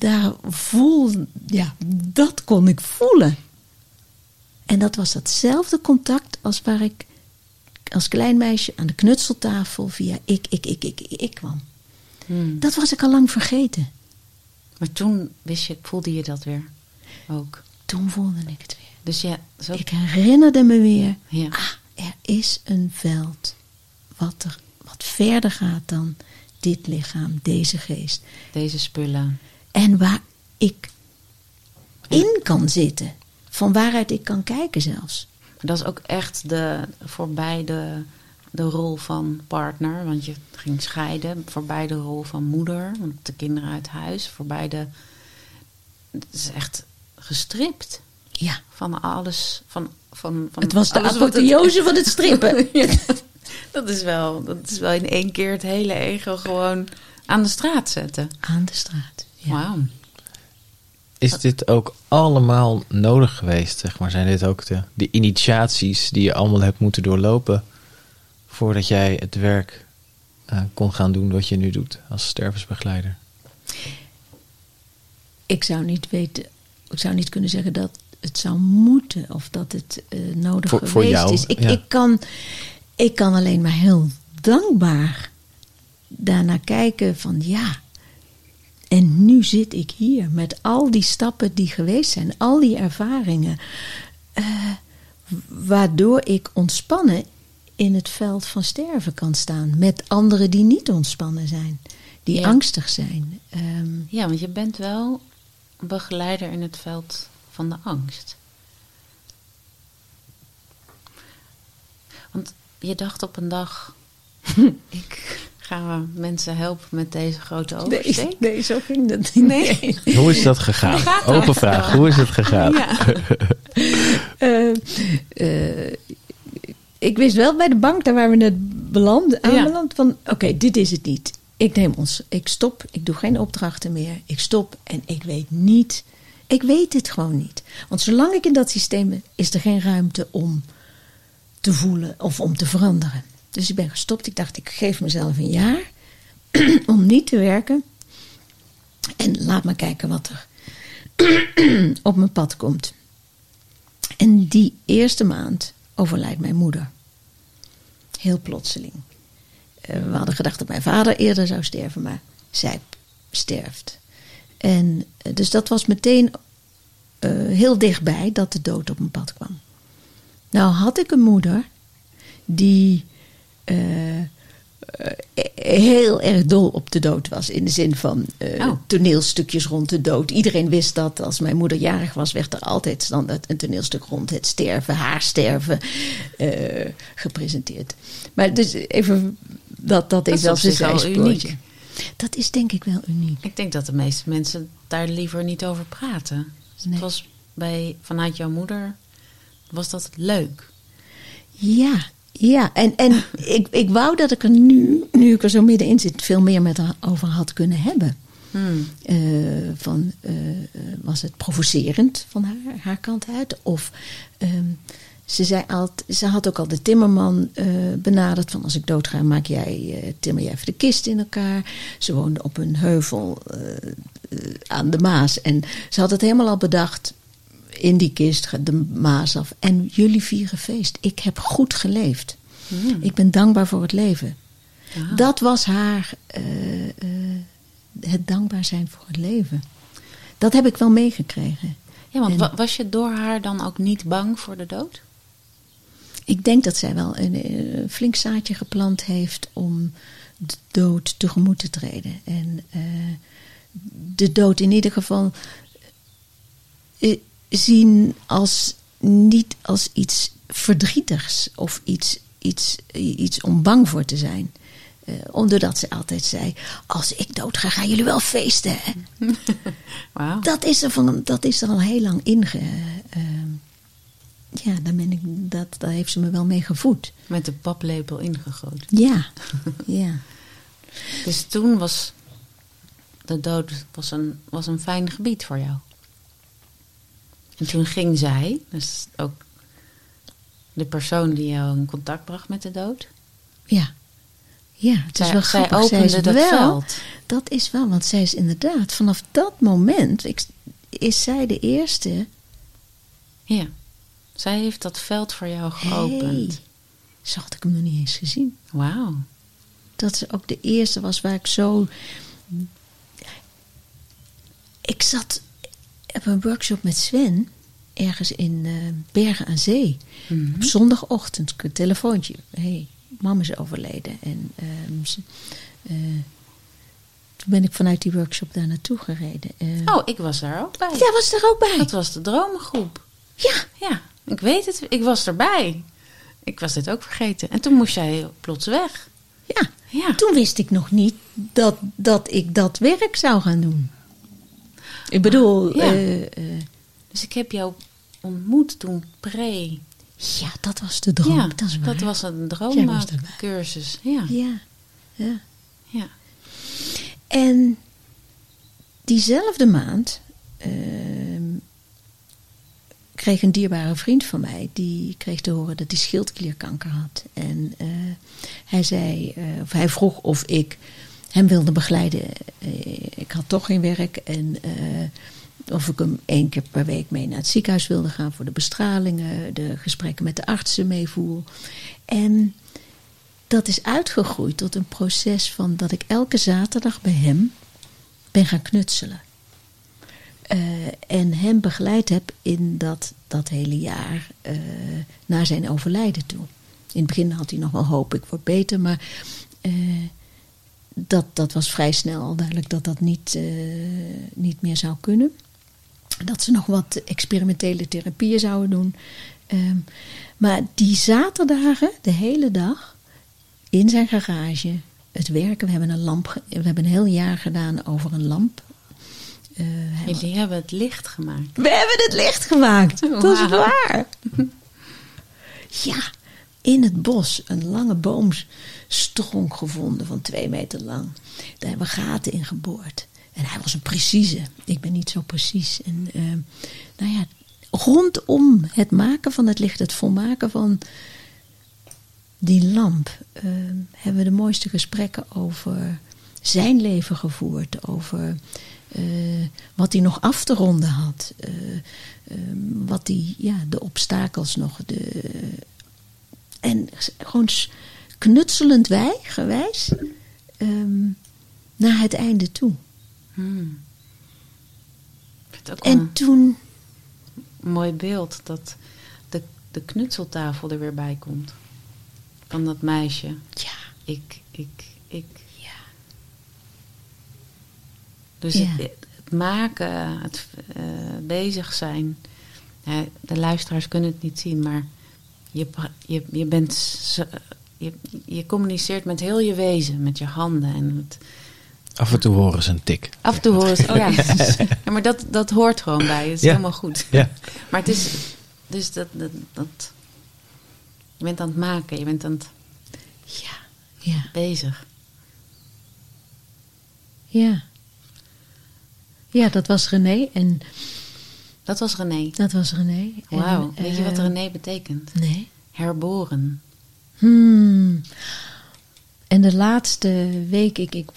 kon ik voelen. En dat was datzelfde contact als waar ik als klein meisje aan de knutseltafel via ik kwam. Dat was ik al lang vergeten. Maar toen voelde je dat weer ook? Toen voelde ik het weer. Dus ja, ik herinnerde me weer, ja. Er is een veld wat verder gaat dan dit lichaam, deze geest. Deze spullen. En waar ik in kan zitten. Van waaruit ik kan kijken zelfs. Dat is ook echt voorbij de rol van partner. Want je ging scheiden. Voorbij de rol van moeder. Want de kinderen uit huis. Voorbij het is echt gestript. Ja. Van alles. Van het was de apotheose van het strippen. Ja, dat is wel in één keer het hele ego gewoon aan de straat zetten. Aan de straat, ja. Wauw. Is dit ook allemaal nodig geweest, zeg maar? Zijn dit ook de initiaties die je allemaal hebt moeten doorlopen voordat jij het werk kon gaan doen wat je nu doet als stervensbegeleider? Ik zou niet kunnen zeggen dat het zou moeten of dat het nodig geweest voor jou, is. ja. Ik kan alleen maar heel dankbaar daarnaar kijken van ja. En nu zit ik hier met al die stappen die geweest zijn, al die ervaringen, waardoor ik ontspannen in het veld van sterven kan staan. Met anderen die niet ontspannen zijn, die angstig zijn. Ja, want je bent wel een begeleider in het veld van de angst. Want je dacht op een dag, ik ga mensen helpen met deze grote oversteek. Nee, zo ging dat niet. Nee. Hoe is dat gegaan? Open vraag, hoe is het gegaan? Ja. Ik wist wel bij de bank, daar waar we net aanbeland, van oké, dit is het niet. Ik stop, ik doe geen opdrachten meer. Ik stop en ik weet het gewoon niet. Want zolang ik in dat systeem ben, is er geen ruimte om te voelen of om te veranderen. Dus ik ben gestopt. Ik dacht, ik geef mezelf een jaar om niet te werken. En laat maar kijken wat er op mijn pad komt. En die eerste maand overlijdt mijn moeder. Heel plotseling. We hadden gedacht dat mijn vader eerder zou sterven, maar zij sterft. En dus dat was meteen heel dichtbij dat de dood op mijn pad kwam. Nou had ik een moeder die heel erg dol op de dood was. In de zin van toneelstukjes rond de dood. Iedereen wist dat als mijn moeder jarig was, werd er altijd standaard een toneelstuk rond het sterven, haar sterven, gepresenteerd. Maar dus even, dat is als een zijspoortje. Dat is denk ik wel uniek. Ik denk dat de meeste mensen daar liever niet over praten. Nee. Het was vanuit jouw moeder, was dat leuk? Ja. En ik wou dat ik er nu ik er zo middenin zit, veel meer met haar over had kunnen hebben. Was het provocerend van haar kant uit? Of ze had ook al de timmerman benaderd van als ik doodga, timmer jij even de kist in elkaar. Ze woonde op een heuvel aan de Maas en ze had het helemaal al bedacht. In die kist gaat de Maas af en jullie vieren feest. Ik heb goed geleefd. Ik ben dankbaar voor het leven. Ah. Dat was haar het dankbaar zijn voor het leven. Dat heb ik wel meegekregen. Ja, want was je door haar dan ook niet bang voor de dood? Ik denk dat zij wel een flink zaadje geplant heeft om de dood tegemoet te treden. En de dood in ieder geval zien niet als iets verdrietigs of iets om bang voor te zijn. Doordat ze altijd zei, als ik dood ga, gaan jullie wel feesten. Hè? Wow. Dat is er al heel lang daar heeft ze me wel mee gevoed. Met de paplepel ingegoten. Ja. Dus toen was de dood was een fijn gebied voor jou. En toen ging zij, dus ook de persoon die jou in contact bracht met de dood. Ja, het is wel grappig. Zij opende dat veld. Dat is wel, want zij is inderdaad, vanaf dat moment is zij de eerste. Ja, zij heeft dat veld voor jou geopend. Zo had ik hem nog niet eens gezien. Wauw. Dat ze ook de eerste was waar ik zo. Ik zat op een workshop met Sven ergens in Bergen aan Zee. Mm-hmm. Op zondagochtend, een telefoontje. Hey, mama is overleden. En toen ben ik vanuit die workshop daar naartoe gereden. Ik was daar ook bij. Jij was er ook bij? Dat was de dromengroep. Ja, ik weet het. Ik was erbij. Ik was dit ook vergeten. En toen moest jij plots weg. Ja. Toen wist ik nog niet dat ik dat werk zou gaan doen. Ik bedoel... dus ik heb jou ontmoet toen pre... Ja, dat was de droom. Ja, dat was een droomcursus. Ja. En diezelfde maand kreeg een dierbare vriend van mij, die kreeg te horen dat hij schildklierkanker had. En hij vroeg of ik hem wilde begeleiden. Ik had toch geen werk en of ik hem 1 keer per week mee naar het ziekenhuis wilde gaan voor de bestralingen, de gesprekken met de artsen meevoer. En dat is uitgegroeid tot een proces van dat ik elke zaterdag bij hem ben gaan knutselen. En hem begeleid heb in dat hele jaar naar zijn overlijden toe. In het begin had hij nog wel hoop, ik word beter, maar dat was vrij snel al duidelijk dat niet meer zou kunnen. Dat ze nog wat experimentele therapieën zouden doen. Maar die zaterdagen, de hele dag, in zijn garage, het werken. We hebben een heel jaar gedaan over een lamp. Jullie hebben het licht gemaakt. We hebben het licht gemaakt. Wow. Dat is waar. Ja, in het bos een lange boomstronk gevonden van 2 meter lang. Daar hebben we gaten in geboord. En hij was een precieze. Ik ben niet zo precies. En rondom het maken van het licht, het volmaken van die lamp, hebben we de mooiste gesprekken over zijn leven gevoerd. Over wat hij nog af te ronden had. De obstakels nog. En gewoon knutselend gewijs naar het einde toe. En toen... Een mooi beeld dat de knutseltafel er weer bij komt. Van dat meisje. Ja. Ik. Ja. Dus het maken, het bezig zijn. De luisteraars kunnen het niet zien, maar je communiceert met heel je wezen, met je handen. En Af en toe horen ze een tik. Af en toe horen ze... Ja, maar dat hoort gewoon bij. Het is helemaal goed. Ja. Maar het is... Dus dat... Je bent aan het maken. Je bent aan het... Ja. Bezig. Ja. Ja, dat was René. En Dat was René. dat was René. Wauw. En, Weet je wat René betekent? Nee. Herboren. En de laatste week,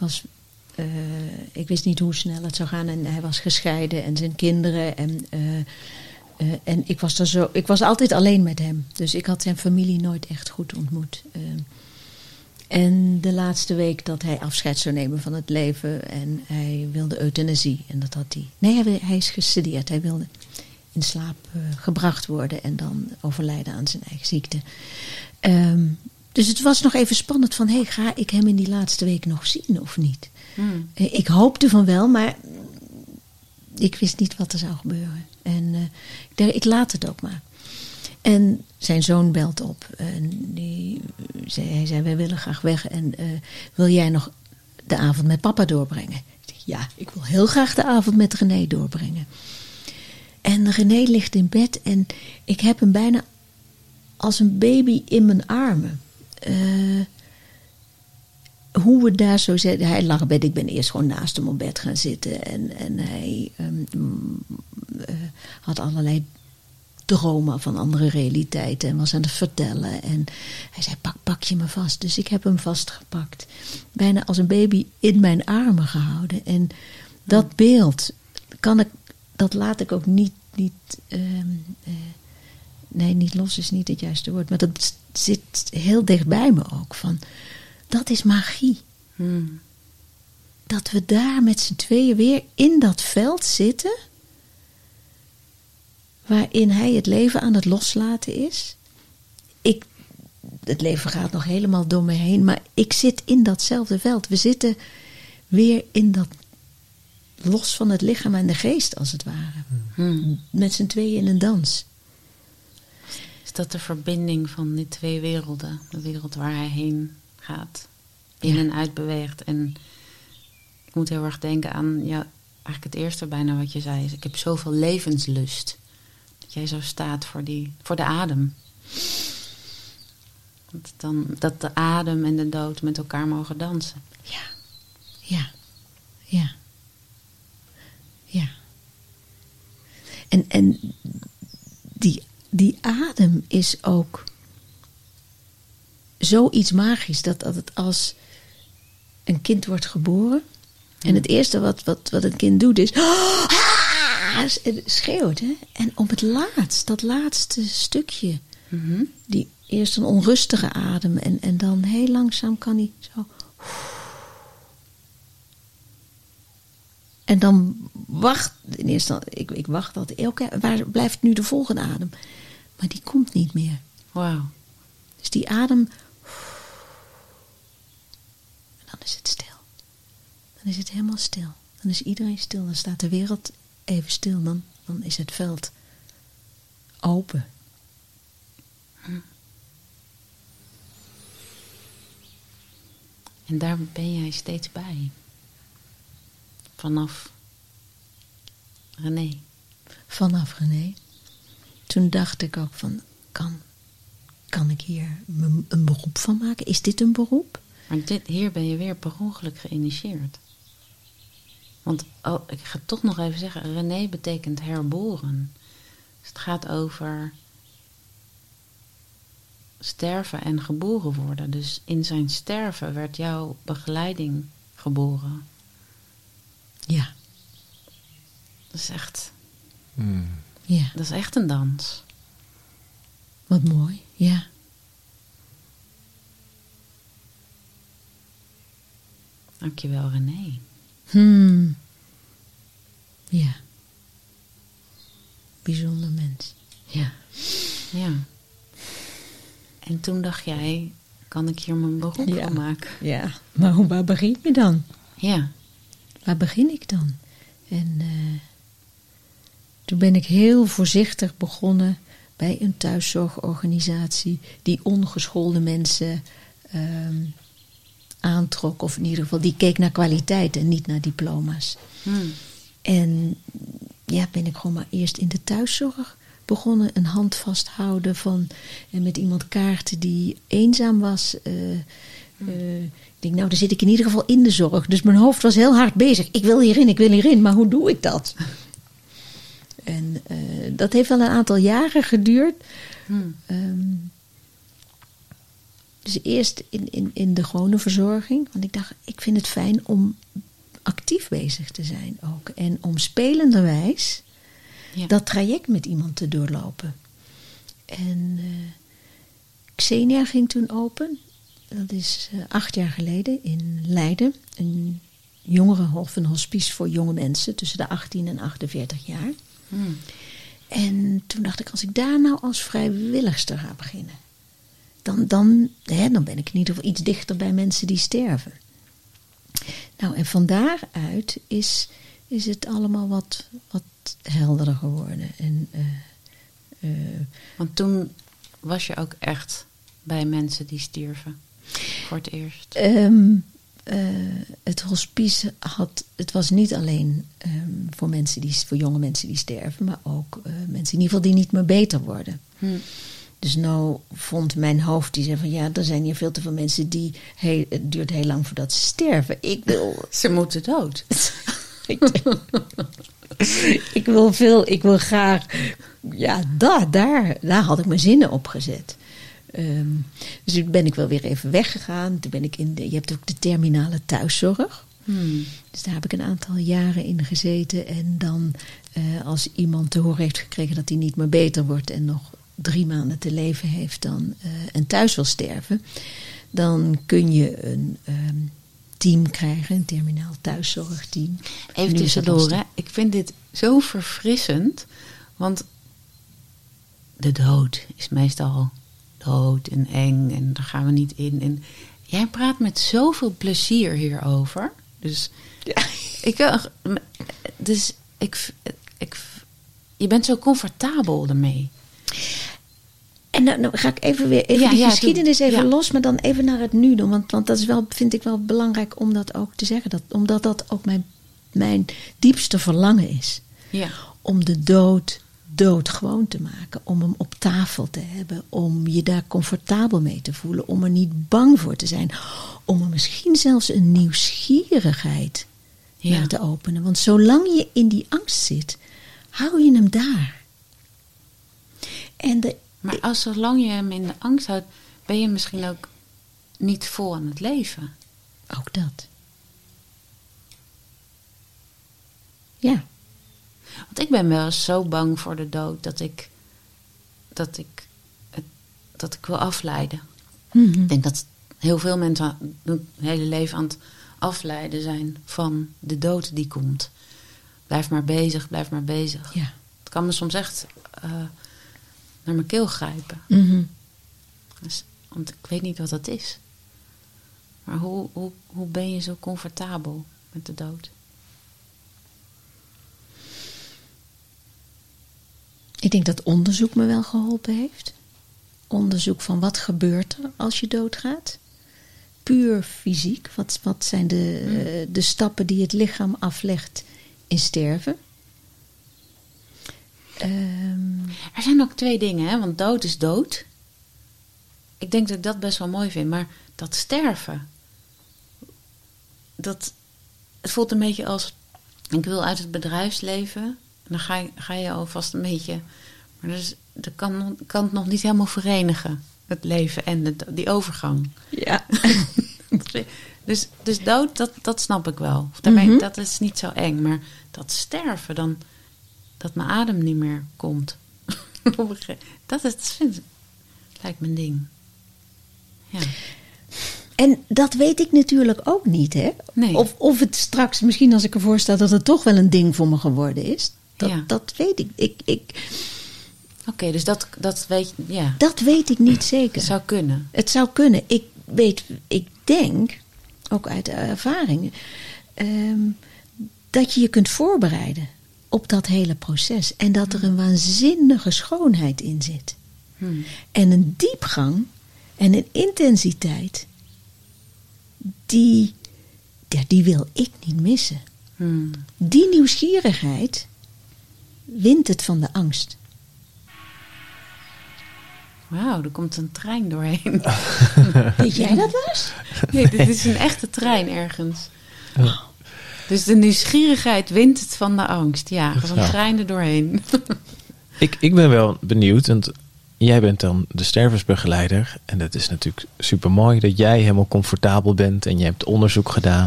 ik wist niet hoe snel het zou gaan. En hij was gescheiden en zijn kinderen. En ik was altijd alleen met hem. Dus ik had zijn familie nooit echt goed ontmoet. En de laatste week dat hij afscheid zou nemen van het leven. En hij wilde euthanasie. En dat had hij. Nee, hij is gesedeerd. Hij wilde in slaap gebracht worden. En dan overlijden aan zijn eigen ziekte. Dus het was nog even spannend van... ga ik hem in die laatste week nog zien of niet? Ik hoopte van wel, maar... ik wist niet wat er zou gebeuren. En ik laat het ook maar. En zijn zoon belt op. En hij zei, wij willen graag weg. En wil jij nog de avond met papa doorbrengen? Ik zeg, ja, ik wil heel graag de avond met René doorbrengen. En René ligt in bed. En ik heb hem bijna als een baby in mijn armen. Hoe we daar zo zeiden. Hij lag in bed. Ik ben eerst gewoon naast hem op bed gaan zitten. En hij had allerlei dromen van andere realiteiten. En was aan het vertellen. En hij zei, pak je me vast. Dus ik heb hem vastgepakt. Bijna als een baby in mijn armen gehouden. En dat beeld dat laat ik ook niet nee, niet los is niet het juiste woord. Maar dat zit heel dicht bij me ook. Dat is magie. Dat we daar met z'n tweeën weer in dat veld zitten. Waarin hij het leven aan het loslaten is. Het leven gaat nog helemaal door me heen. Maar ik zit in datzelfde veld. We zitten weer in dat... los van het lichaam en de geest als het ware. Met z'n tweeën in een dans. Is dat de verbinding van die twee werelden? De wereld waar hij heen gaat. In en uit beweegt. En ik moet heel erg denken aan... Ja, eigenlijk het eerste bijna wat je zei. Is, ik heb zoveel levenslust. Dat jij zo staat voor de adem. Dat de adem en de dood met elkaar mogen dansen. Ja. En die adem is ook zoiets magisch. Dat het als een kind wordt geboren. En het eerste wat een kind doet is... schreeuwt, hè? En op dat laatste stukje... Die eerst een onrustige adem. En dan heel langzaam kan hij zo... En dan wacht... In eerste ik wacht altijd... Oké, waar blijft nu de volgende adem? Maar die komt niet meer. Wauw. Dus die adem... En dan is het stil. Dan is het helemaal stil. Dan is iedereen stil. Dan staat de wereld even stil. Dan is het veld open. En daar ben jij steeds bij. Vanaf René. Vanaf René. Toen dacht ik ook van... Kan ik hier een beroep van maken? Is dit een beroep? Maar hier ben je weer per ongeluk geïnitieerd. Want ik ga toch nog even zeggen... René betekent herboren. Dus het gaat over... sterven en geboren worden. Dus in zijn sterven werd jouw begeleiding geboren. Ja. Dat is echt... Ja. Dat is echt een dans. Wat mooi, ja. Dankjewel, René. Ja. Bijzonder mens. Ja. Ja. En toen dacht jij, kan ik hier mijn beroep van maken? Ja, maar waar begin je dan? Ja. Waar begin ik dan? En toen ben ik heel voorzichtig begonnen bij een thuiszorgorganisatie die ongeschoolde mensen aantrok. Of in ieder geval, die keek naar kwaliteit en niet naar diploma's. En ja, ben ik gewoon maar eerst in de thuiszorg begonnen. Een hand vasthouden en met iemand kaarten die eenzaam was. Ik denk, nou, dan zit ik in ieder geval in de zorg. Dus mijn hoofd was heel hard bezig. Ik wil hierin, maar hoe doe ik dat? En dat heeft wel een aantal jaren geduurd. Dus eerst in de gewone verzorging. Want ik dacht, ik vind het fijn om actief bezig te zijn ook. En om spelenderwijs dat traject met iemand te doorlopen. En Xenia ging toen open. Dat is 8 jaar geleden in Leiden. Een jongerenhof, een hospice voor jonge mensen tussen de 18 en 48 jaar. En toen dacht ik, als ik daar nou als vrijwilligster ga beginnen, dan ben ik in ieder geval iets dichter bij mensen die sterven. Nou, en van daaruit is het allemaal wat helderder geworden. En, want toen was je ook echt bij mensen die stierven voor het eerst. Het hospice het was niet alleen voor jonge mensen die sterven, maar ook mensen in ieder geval die niet meer beter worden. Dus nou vond mijn hoofd, die zei van ja, er zijn hier veel te veel mensen het duurt heel lang voordat ze sterven. Ze moeten dood. ik wil graag, ja, daar had ik mijn zinnen op gezet. Dus toen ben ik wel weer even weggegaan. Toen ben ik je hebt ook de terminale thuiszorg. Dus daar heb ik een aantal jaren in gezeten. En dan als iemand te horen heeft gekregen dat hij niet meer beter wordt en nog 3 maanden te leven heeft en thuis wil sterven, dan kun je een team krijgen, een terminaal thuiszorgteam. Even tussendoor, hè? Ik vind dit zo verfrissend, want de dood is meestal dood en eng en daar gaan we niet in. En jij praat met zoveel plezier hierover. Dus je bent zo comfortabel ermee. En nou ga ik even de geschiedenis los, maar dan even naar het nu doen. Want dat is vind ik wel belangrijk om dat ook te zeggen. Omdat dat ook mijn diepste verlangen is. Ja. Om de dood gewoon te maken. Om hem op tafel te hebben. Om je daar comfortabel mee te voelen. Om er niet bang voor te zijn. Om er misschien zelfs een nieuwsgierigheid naar te openen. Want zolang je in die angst zit, hou je hem daar. Maar zolang je hem in de angst houdt, ben je misschien ook niet vol aan het leven. Ook dat. Ja. Want ik ben wel eens zo bang voor de dood dat ik wil afleiden. Mm-hmm. Ik denk dat heel veel mensen hun hele leven aan het afleiden zijn van de dood die komt. Blijf maar bezig. Ja. Het kan me soms echt naar mijn keel grijpen. Mm-hmm. Dus, want ik weet niet wat dat is. Maar hoe ben je zo comfortabel met de dood? Ik denk dat onderzoek me wel geholpen heeft. Onderzoek van wat gebeurt er als je doodgaat. Puur fysiek. Wat zijn de stappen die het lichaam aflegt in sterven. Er zijn ook 2 dingen, hè? Want dood is dood. Ik denk dat ik dat best wel mooi vind. Maar dat sterven, het voelt een beetje als, ik wil uit het bedrijfsleven. En dan ga je alvast een beetje, maar dat kan het nog niet helemaal verenigen. Het leven en die overgang. Ja. Dus dood, dat snap ik wel. Daarmee, dat is niet zo eng. Maar dat sterven, dan dat mijn adem niet meer komt. Lijkt me een ding. Ja. En dat weet ik natuurlijk ook niet, hè? Nee. Of het straks, misschien als ik ervoor sta, dat het toch wel een ding voor me geworden is. Dat weet ik. Oké, dus dat weet je, ja. Dat weet ik niet zeker. Het zou kunnen. Het zou kunnen. Ik denk, ook uit ervaring, dat je kunt voorbereiden op dat hele proces. En dat er een waanzinnige schoonheid in zit. En een diepgang en een intensiteit die wil ik niet missen. Die nieuwsgierigheid wint het van de angst. Wauw, er komt een trein doorheen. Weet jij dat was? Nee, dit is een echte trein ergens. Oh. Dus de nieuwsgierigheid wint het van de angst. Ja, er is een trein er doorheen. Ik ben wel benieuwd, want jij bent dan de stervensbegeleider. En dat is natuurlijk super mooi dat jij helemaal comfortabel bent. En je hebt onderzoek gedaan.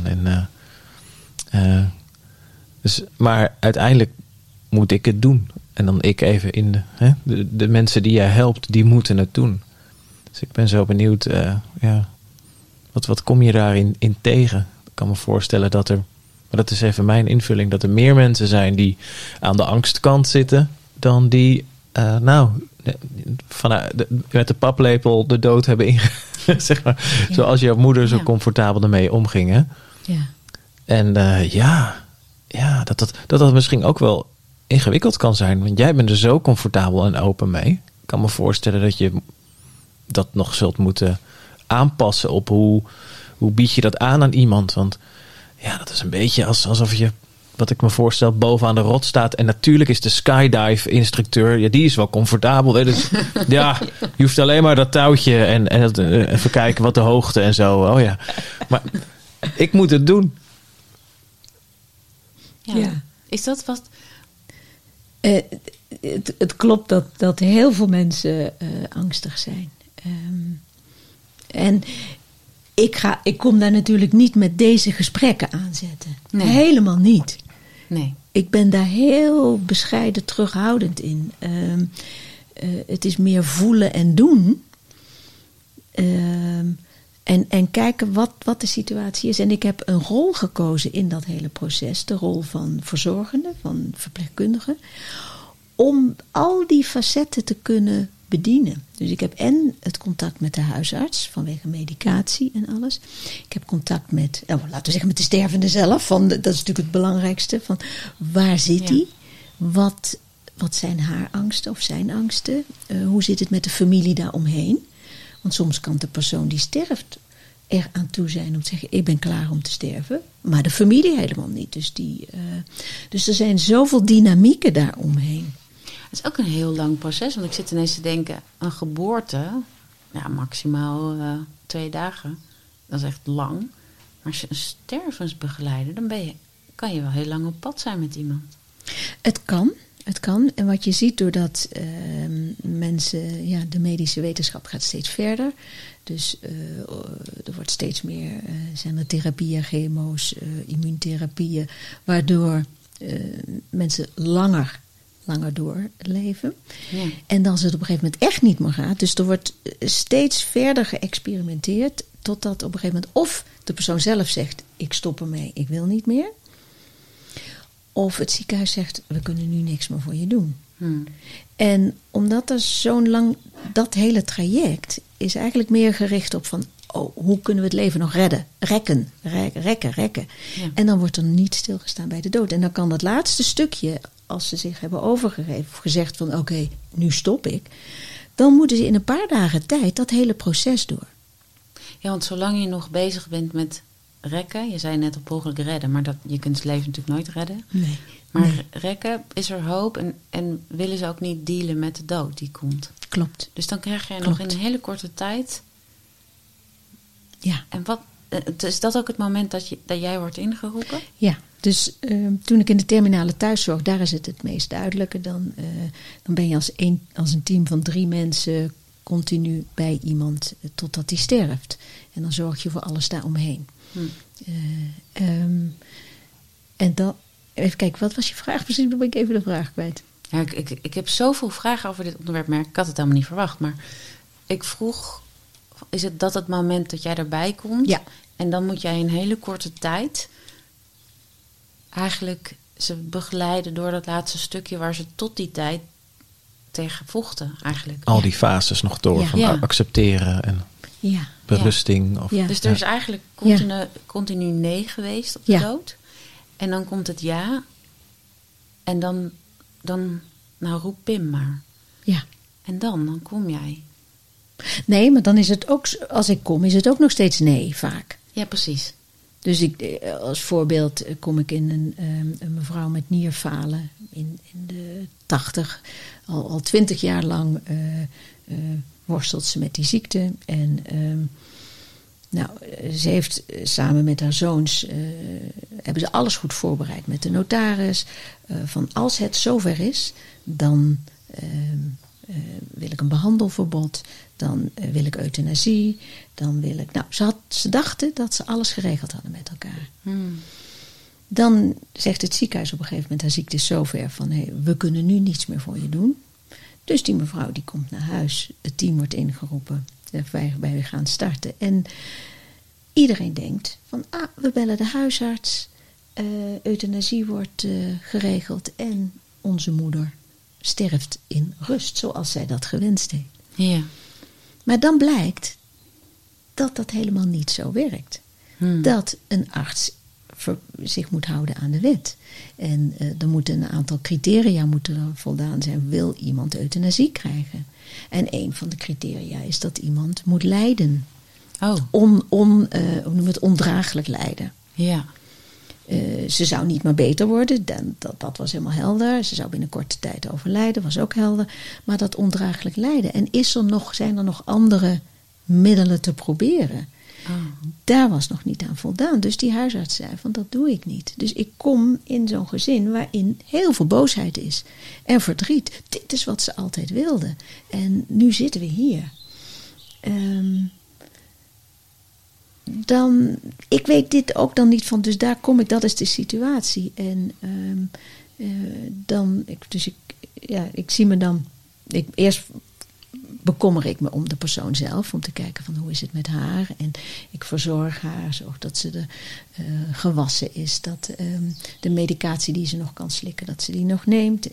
Maar uiteindelijk moet ik het doen. En dan ik even in de mensen die jij helpt, die moeten het doen. Dus ik ben zo benieuwd, wat kom je daarin tegen? Ik kan me voorstellen dat er, maar dat is even mijn invulling, dat er meer mensen zijn die aan de angstkant zitten dan die, met de paplepel de dood hebben zeg maar, ja. Zoals jouw moeder zo comfortabel ermee omging. Hè? Ja. En dat misschien ook wel ingewikkeld kan zijn. Want jij bent er zo comfortabel en open mee. Ik kan me voorstellen dat je dat nog zult moeten aanpassen op hoe bied je dat aan iemand. Want ja, dat is een beetje alsof je, wat ik me voorstel, bovenaan de rot staat. En natuurlijk is de skydive instructeur, ja, die is wel comfortabel. Hè? Dus ja, je hoeft alleen maar dat touwtje en even kijken wat de hoogte en zo. Oh ja. Maar ik moet het doen. Ja. Is dat wat? Het klopt dat heel veel mensen angstig zijn. En ik kom daar natuurlijk niet met deze gesprekken aanzetten. Nee. Helemaal niet. Nee. Ik ben daar heel bescheiden terughoudend in. Het is meer voelen en doen. En kijken wat de situatie is. En ik heb een rol gekozen in dat hele proces. De rol van verzorgende, van verpleegkundige. Om al die facetten te kunnen bedienen. Dus ik heb en het contact met de huisarts vanwege medicatie en alles. Ik heb contact met, laten we zeggen, met de stervende zelf. Dat is natuurlijk het belangrijkste. Van waar zit hij? Wat zijn haar angsten of zijn angsten? Hoe zit het met de familie daaromheen? Want soms kan de persoon die sterft er aan toe zijn om te zeggen, ik ben klaar om te sterven. Maar de familie helemaal niet. Dus er zijn zoveel dynamieken daaromheen. Het is ook een heel lang proces. Want ik zit ineens te denken, een geboorte, maximaal 2 dagen. Dat is echt lang. Maar als je een stervensbegeleider, dan kan je wel heel lang op pad zijn met iemand. Het kan. En wat je ziet doordat mensen, de medische wetenschap gaat steeds verder. Dus er wordt steeds meer, zijn er therapieën, chemo's, immuuntherapieën, waardoor mensen langer doorleven. Ja. En dan het op een gegeven moment echt niet meer gaat. Dus er wordt steeds verder geëxperimenteerd, totdat op een gegeven moment of de persoon zelf zegt, ik stop ermee, ik wil niet meer. Of het ziekenhuis zegt, we kunnen nu niks meer voor je doen. En omdat er zo'n lang, dat hele traject is eigenlijk meer gericht op van, hoe kunnen we het leven nog redden? Rekken. Ja. En dan wordt er niet stilgestaan bij de dood. En dan kan dat laatste stukje, als ze zich hebben overgegeven of gezegd van, oké, nu stop ik. Dan moeten ze in een paar dagen tijd dat hele proces door. Ja, want zolang je nog bezig bent met rekken, je zei net op mogelijk redden, maar je kunt het leven natuurlijk nooit redden. Nee. Maar rekken, is er hoop en willen ze ook niet dealen met de dood die komt. Klopt. Dus dan krijg je nog in een hele korte tijd. Ja. En is dat ook het moment dat jij wordt ingeroepen? Ja, dus toen ik in de terminale thuiszorg, daar is het meest duidelijke. Dan ben je als een team van 3 mensen continu bij iemand totdat die sterft. En dan zorg je voor alles daaromheen. En dan, even kijken, wat was je vraag? Precies, dan ben ik even de vraag kwijt. Ja, ik heb zoveel vragen over dit onderwerp, maar ik had het helemaal niet verwacht. Maar ik vroeg, is het het moment dat jij erbij komt? Ja. En dan moet jij in een hele korte tijd eigenlijk ze begeleiden door dat laatste stukje waar ze tot die tijd tegen vochten eigenlijk. Al die fases nog door, van accepteren en berusting. Of, dus er is eigenlijk continu nee geweest op de dood. En dan komt het ja. En dan roep Pim maar. Ja. En dan kom jij. Nee, maar dan is het ook, als ik kom, is het ook nog steeds nee vaak. Ja, precies. Dus als voorbeeld kom ik in een mevrouw met nierfalen in de 80. Al 20 jaar lang worstelt ze met die ziekte. En ze heeft samen met haar zoons, hebben ze alles goed voorbereid met de notaris. Van als het zover is, dan wil ik een behandelverbod. Dan wil ik euthanasie. Dan wil ik... ze dachten dat ze alles geregeld hadden met elkaar. Dan zegt het ziekenhuis op een gegeven moment, haar ziekte is zover van, we kunnen nu niets meer voor je doen. Dus die mevrouw die komt naar huis. Het team wordt ingeroepen. Wij gaan starten. En iedereen denkt van, we bellen de huisarts. Euthanasie wordt geregeld. En onze moeder sterft in rust, zoals zij dat gewenst heeft. Ja. Maar dan blijkt dat dat helemaal niet zo werkt. Dat een arts zich moet houden aan de wet. En er moeten een aantal criteria voldaan zijn. Wil iemand euthanasie krijgen? En een van de criteria is dat iemand moet lijden. Oh. Hoe noem je het? Ondraaglijk lijden. Ja. Ze zou niet meer beter worden. Dat was helemaal helder. Ze zou binnen korte tijd overlijden. Was ook helder. Maar dat ondraaglijk lijden. En zijn er nog andere middelen te proberen? Oh. Daar was nog niet aan voldaan. Dus die huisarts zei van, dat doe ik niet. Dus ik kom in zo'n gezin waarin heel veel boosheid is. En verdriet. Dit is wat ze altijd wilde. En nu zitten we hier. Ik weet dit ook dan niet van, dus daar kom ik, dat is de situatie. En ik zie me dan, eerst bekommer ik me om de persoon zelf, om te kijken van hoe is het met haar. En ik verzorg haar, zorg dat ze gewassen is, dat de medicatie die ze nog kan slikken, dat ze die nog neemt.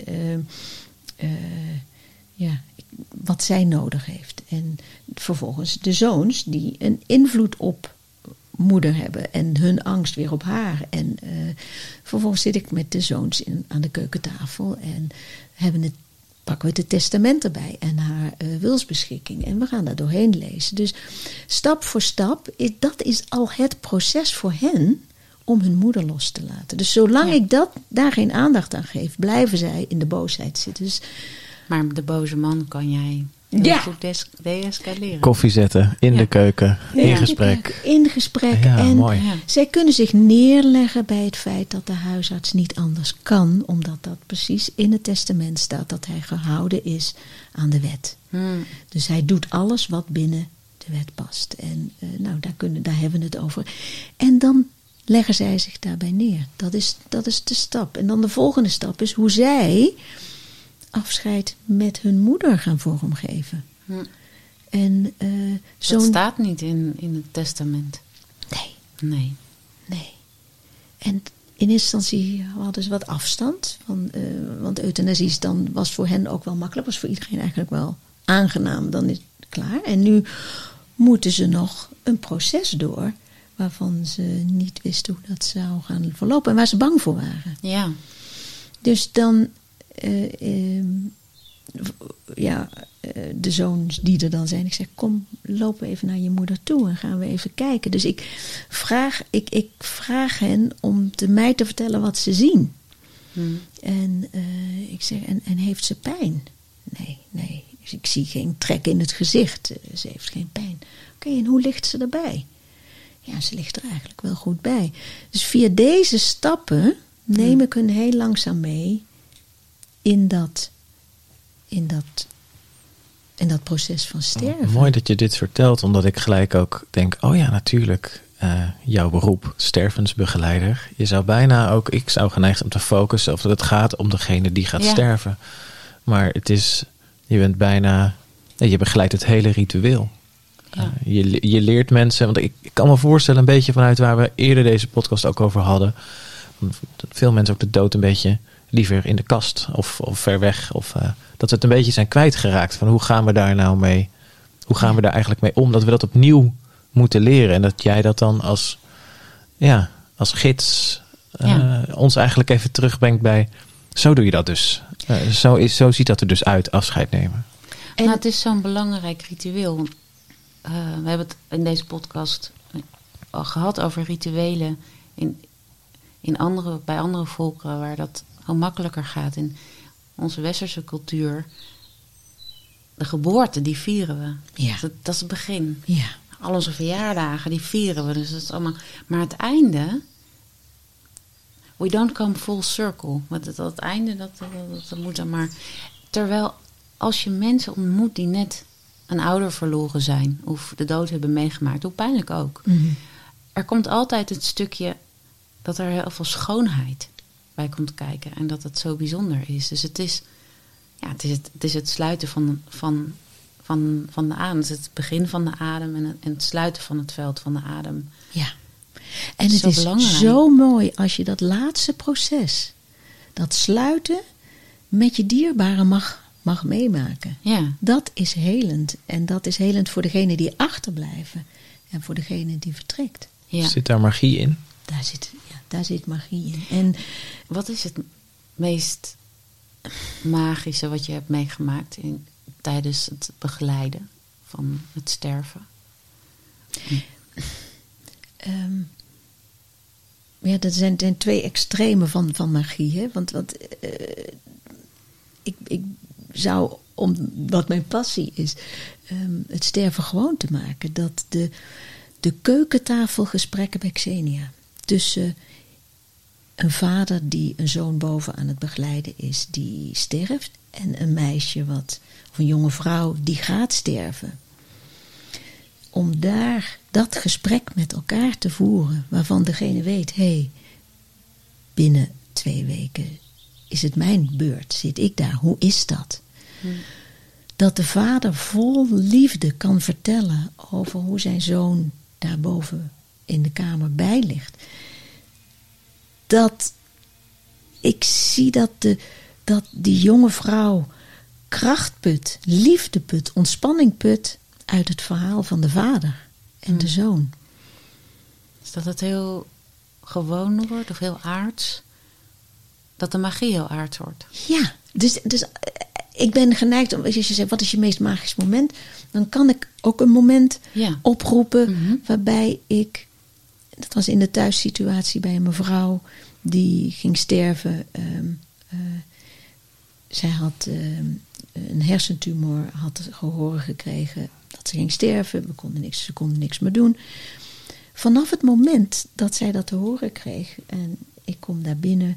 Wat zij nodig heeft. En vervolgens de zoons die een invloed op moeder hebben en hun angst weer op haar. En vervolgens zit ik met de zoons aan de keukentafel en pakken we het testament erbij en haar wilsbeschikking. En we gaan daar doorheen lezen. Dus stap voor stap, dat is al het proces voor hen om hun moeder los te laten. Dus zolang ik daar geen aandacht aan geef, blijven zij in de boosheid zitten. Dus, maar de boze man kan jij goed deescaleren. Koffie zetten, in de keuken, in gesprek. In gesprek. Ja, en mooi. zij kunnen zich neerleggen bij het feit dat de huisarts niet anders kan, omdat dat precies in het testament staat dat hij gehouden is aan de wet. Dus hij doet alles wat binnen de wet past. En daar hebben we het over. En dan leggen zij zich daarbij neer. Dat is de stap. En dan de volgende stap is hoe zij afscheid met hun moeder gaan vormgeven. En dat staat niet in het testament. Nee. En in eerste instantie hadden ze wat afstand. Want euthanasie was voor hen ook wel makkelijk. Was voor iedereen eigenlijk wel aangenaam. Dan is het klaar. En nu moeten ze nog een proces door waarvan ze niet wisten hoe dat zou gaan verlopen. En waar ze bang voor waren. Ja. Dus dan de zoons die er dan zijn. Ik zeg, kom, loop even naar je moeder toe en gaan we even kijken. Dus ik vraag hen om mij te vertellen wat ze zien. En ik zeg, en heeft ze pijn? Nee. Dus ik zie geen trek in het gezicht. Ze heeft geen pijn. Oké, en hoe ligt ze erbij? Ja, ze ligt er eigenlijk wel goed bij. Dus via deze stappen neem ik hun heel langzaam mee in dat proces van sterven. Mooi dat je dit vertelt, omdat ik gelijk ook denk, oh ja, natuurlijk, jouw beroep, stervensbegeleider. Je zou bijna ook, ik zou geneigd om te focussen of dat het gaat om degene die gaat sterven. Maar je begeleidt het hele ritueel. Ja. Je leert mensen, want ik kan me voorstellen een beetje vanuit waar we eerder deze podcast ook over hadden. Dat veel mensen ook de dood een beetje liever in de kast of ver weg. Of dat we het een beetje zijn kwijtgeraakt. Van hoe gaan we daar nou mee? Hoe gaan we daar eigenlijk mee om? Dat we dat opnieuw moeten leren. En dat jij dat dan als gids ons eigenlijk even terugbrengt bij. Zo doe je dat dus. Zo ziet dat er dus uit, afscheid nemen. En het is zo'n belangrijk ritueel. We hebben het in deze podcast al gehad over rituelen bij andere volkeren waar dat al makkelijker gaat. In onze westerse cultuur, de geboorte, die vieren we. Ja. Dat is het begin. Ja. Al onze verjaardagen, die vieren we. Dus dat is allemaal. Maar het einde, we don't come full circle. Want het einde, dat moet dan maar. Terwijl als je mensen ontmoet die net een ouder verloren zijn, of de dood hebben meegemaakt, hoe pijnlijk ook. Mm-hmm. Er komt altijd het stukje dat er heel veel schoonheid bij komt kijken. En dat het zo bijzonder is. Dus het is het sluiten van de adem. Het is het begin van de adem en het sluiten van het veld van de adem. Ja. En het is belangrijk. Zo mooi als je dat laatste proces, dat sluiten, met je dierbare mag meemaken. Ja. Dat is helend. En dat is helend voor degene die achterblijven. En voor degene die vertrekt. Ja. Zit daar magie in? Daar zit magie in. En wat is het meest magische wat je hebt meegemaakt tijdens het begeleiden van het sterven? Dat zijn twee extremen van magie. Hè? Want ik zou, wat mijn passie is, het sterven gewoon te maken. Dat de keukentafelgesprekken bij Xenia tussen een vader die een zoon boven aan het begeleiden is, die sterft, en een meisje of een jonge vrouw die gaat sterven. Om daar dat gesprek met elkaar te voeren, waarvan degene weet, binnen 2 weken is het mijn beurt, zit ik daar, hoe is dat? Dat de vader vol liefde kan vertellen over hoe zijn zoon daarboven in de kamer bij ligt. Dat ik zie dat die jonge vrouw kracht put, liefde put, ontspanning put uit het verhaal van de vader en de zoon. Dus dat het heel gewoon wordt of heel aards? Dat de magie heel aards wordt? Ja, dus ik ben geneigd om, als je zegt, wat is je meest magisch moment? Dan kan ik ook een moment oproepen waarbij ik, dat was in de thuissituatie bij een mevrouw die ging sterven. Zij had een hersentumor, had gehoord gekregen dat ze ging sterven. Ze konden niks meer doen. Vanaf het moment dat zij dat te horen kreeg en ik kom daar binnen,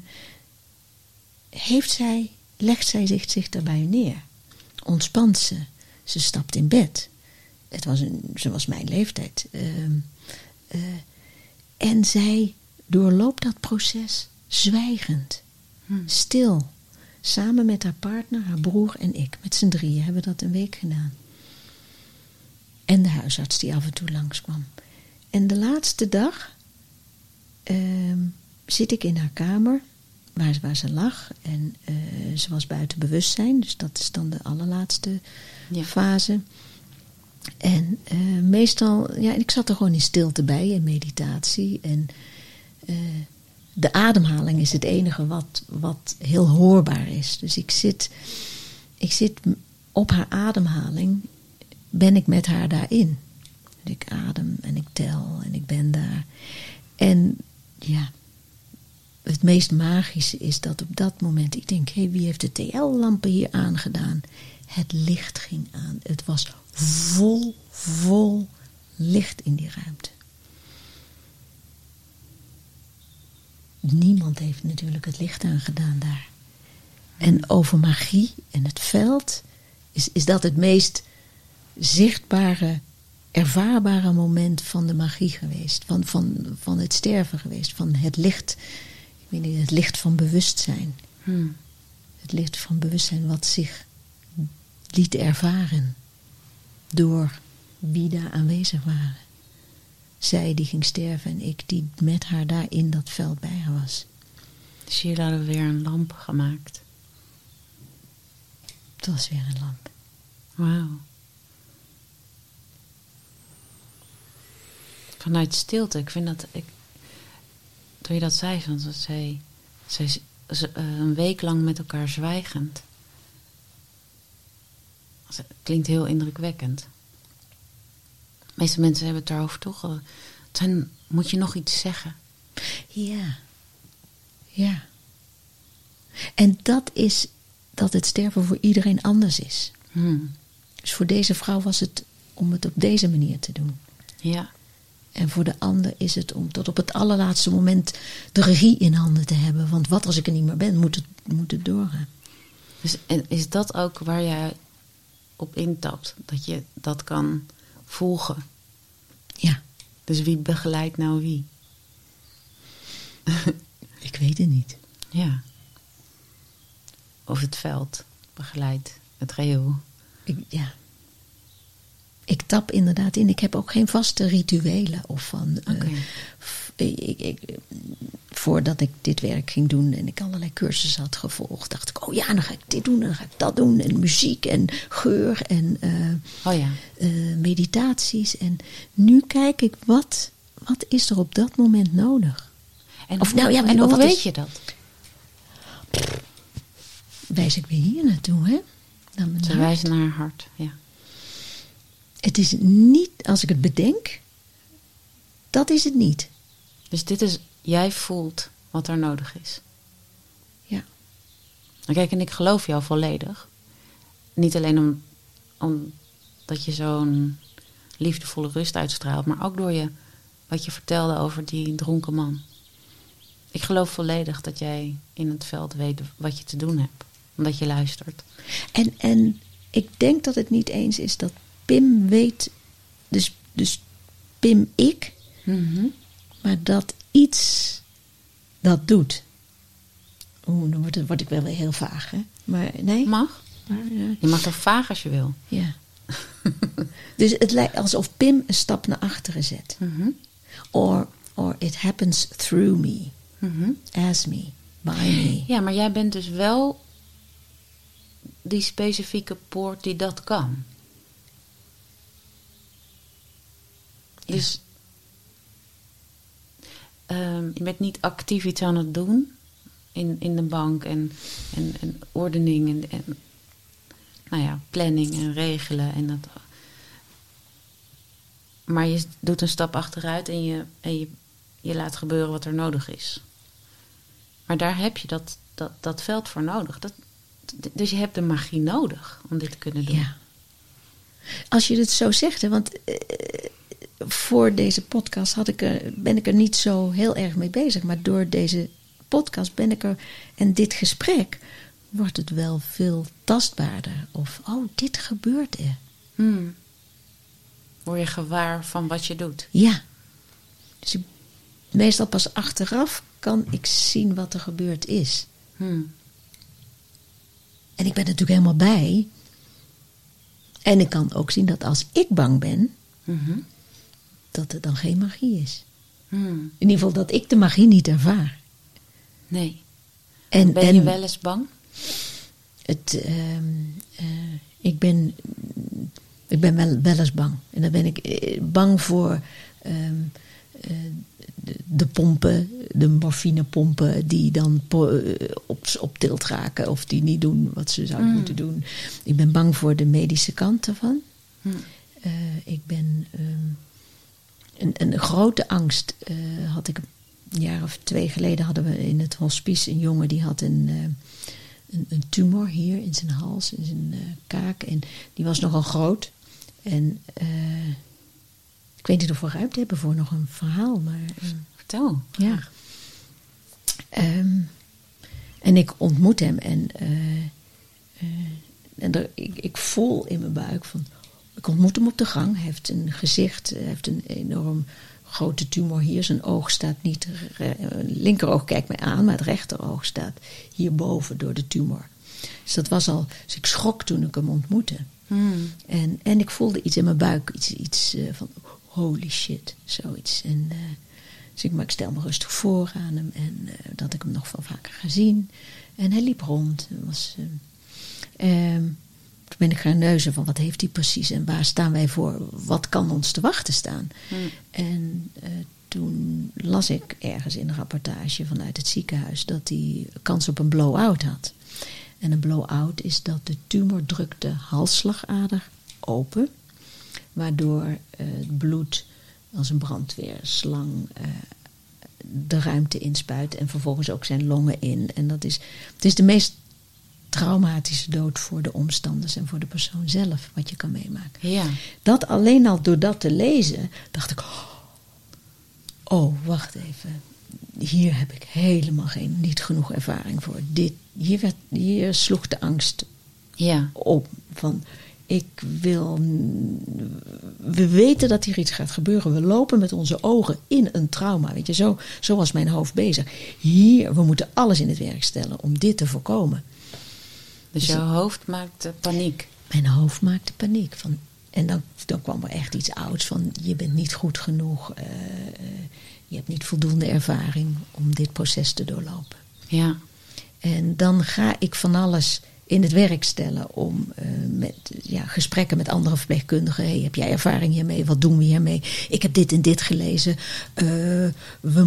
legt zij zich daarbij neer. Ontspant ze. Ze stapt in bed. Ze was mijn leeftijd. En zij doorloopt dat proces zwijgend. Stil. Samen met haar partner, haar broer en ik. Met z'n 3 hebben we dat een week gedaan. En de huisarts die af en toe langskwam. En de laatste dag zit ik in haar kamer, waar ze lag. En ze was buiten bewustzijn. Dus dat is dan de allerlaatste fase. En meestal, ik zat er gewoon in stilte bij, in meditatie. En de ademhaling is het enige wat heel hoorbaar is. Dus ik zit op haar ademhaling, ben ik met haar daarin. Dus ik adem en ik tel en ik ben daar. En het meest magische is dat op dat moment ik denk, wie heeft de TL-lampen hier aangedaan? Het licht ging aan. Het was vol licht in die ruimte. Niemand heeft natuurlijk het licht aangedaan daar. En over magie en het veld is dat het meest zichtbare, ervaarbare moment van de magie geweest. Van het sterven geweest. Van het licht. Ik weet niet, het licht van bewustzijn. Het licht van bewustzijn wat zich liet ervaren. Door wie daar aanwezig waren. Zij die ging sterven en ik die met haar daar in dat veld bij haar was. Dus jullie hadden weer een lamp gemaakt. Het was weer een lamp. Wauw. Vanuit stilte. Ik vind dat toen je dat zei, van dat zij een week lang met elkaar zwijgend. Dat klinkt heel indrukwekkend. De meeste mensen hebben het daarover toch Dan moet je nog iets zeggen. Ja. Ja. En dat is dat het sterven voor iedereen anders is. Dus voor deze vrouw was het om het op deze manier te doen. Ja. En voor de ander is het om tot op het allerlaatste moment de regie in handen te hebben. Want wat als ik er niet meer ben, moet het doorgaan. Dus, en is dat ook waar jij op intapt? Dat je dat kan volgen? Ja. Dus wie begeleidt nou wie? Ik weet het niet. Ja. Of het veld begeleidt het geheel. Ik tap inderdaad in. Ik heb ook geen vaste rituelen. Of van, voordat ik dit werk ging doen en ik allerlei cursussen had gevolgd, dacht ik, dan ga ik dit doen en dan ga ik dat doen. En muziek en geur en meditaties. En nu kijk ik, wat is er op dat moment nodig? En hoe weet je dat? Wijs ik weer hier naartoe, hè? Naar mijn Ze hart. wijzen naar haar hart, ja. Het is niet, als ik het bedenk, dat is het niet. Dus dit is, jij voelt wat er nodig is. Ja. En kijk, en ik geloof jou volledig. Niet alleen omdat je zo'n liefdevolle rust uitstraalt, maar ook door wat je vertelde over die dronken man. Ik geloof volledig dat jij in het veld weet wat je te doen hebt. Omdat je luistert. En ik denk dat het niet eens is dat Pim weet, dus Pim ik, maar dat iets dat doet. Dan word ik wel weer heel vaag, hè? Maar nee. Mag. Je mag toch vaag als je wil. Ja. Dus het lijkt alsof Pim een stap naar achteren zet. Or it happens through me. As me. By me. Ja, maar jij bent dus wel die specifieke poort die dat kan. Ja. Dus je bent niet actief iets aan het doen in de bank en ordening en nou ja, planning en regelen en dat. Maar je doet een stap achteruit en je laat gebeuren wat er nodig is. Maar daar heb je dat veld voor nodig. Dus je hebt de magie nodig om dit te kunnen doen. Ja. Als je het zo zegt, hè, want voor deze podcast ben ik er niet zo heel erg mee bezig. Maar door deze podcast ben ik er, en dit gesprek, wordt het wel veel tastbaarder. Of, dit gebeurt er. Word je gewaar van wat je doet. Ja. Dus meestal pas achteraf kan ik zien wat er gebeurd is. En ik ben er natuurlijk helemaal bij. En ik kan ook zien dat als ik bang ben, dat er dan geen magie is. In ieder geval dat ik de magie niet ervaar. Nee. Ben je wel eens bang? Ik ben wel eens bang. En dan ben ik bang voor de pompen, de morfinepompen die dan op tilt raken of die niet doen wat ze zouden moeten doen. Ik ben bang voor de medische kant ervan. Ik ben een grote angst had ik een jaar of 2 geleden, hadden we in het hospice een jongen die had een tumor hier in zijn hals, in zijn kaak, en die was nogal groot. En ik weet niet of we ruimte hebben voor nog een verhaal, maar vertel. Ja. En ik ontmoet hem en ik voel in mijn buik van, ik ontmoet hem op de gang. Hij heeft een gezicht, hij heeft een enorm grote tumor hier. Zijn oog staat niet, linkeroog kijkt mij aan, maar het rechteroog staat hierboven door de tumor. Dus dat was al, dus ik schrok toen ik hem ontmoette. En ik voelde iets in mijn buik, iets van holy shit, zoiets. En dus ik stel me rustig voor aan hem en dat ik hem nog veel vaker ga zien. En hij liep rond. Toen ben ik gaan neuzen van wat heeft hij precies en waar staan wij voor? Wat kan ons te wachten staan? En toen las ik ergens in een rapportage vanuit het ziekenhuis dat hij kans op een blow-out had. En een blow-out is dat de tumor drukt de halsslagader open, waardoor het bloed als een brandweerslang de ruimte inspuit en vervolgens ook zijn longen in. En het is de meest traumatische dood voor de omstanders en voor de persoon zelf, wat je kan meemaken. Ja. Dat alleen al door dat te lezen, dacht ik, oh, wacht even. Hier heb ik helemaal niet genoeg ervaring voor. Hier sloeg de angst op. Van, we weten dat hier iets gaat gebeuren. We lopen met onze ogen in een trauma. Weet je, zo was mijn hoofd bezig. We moeten alles in het werk stellen om dit te voorkomen. Dus jouw hoofd maakte paniek? Mijn hoofd maakte paniek. En dan kwam er echt iets ouds van, je bent niet goed genoeg. Je hebt niet voldoende ervaring om dit proces te doorlopen. Ja. En dan ga ik van alles in het werk stellen om met gesprekken met andere verpleegkundigen. Hey, heb jij ervaring hiermee? Wat doen we hiermee? Ik heb dit en dit gelezen. We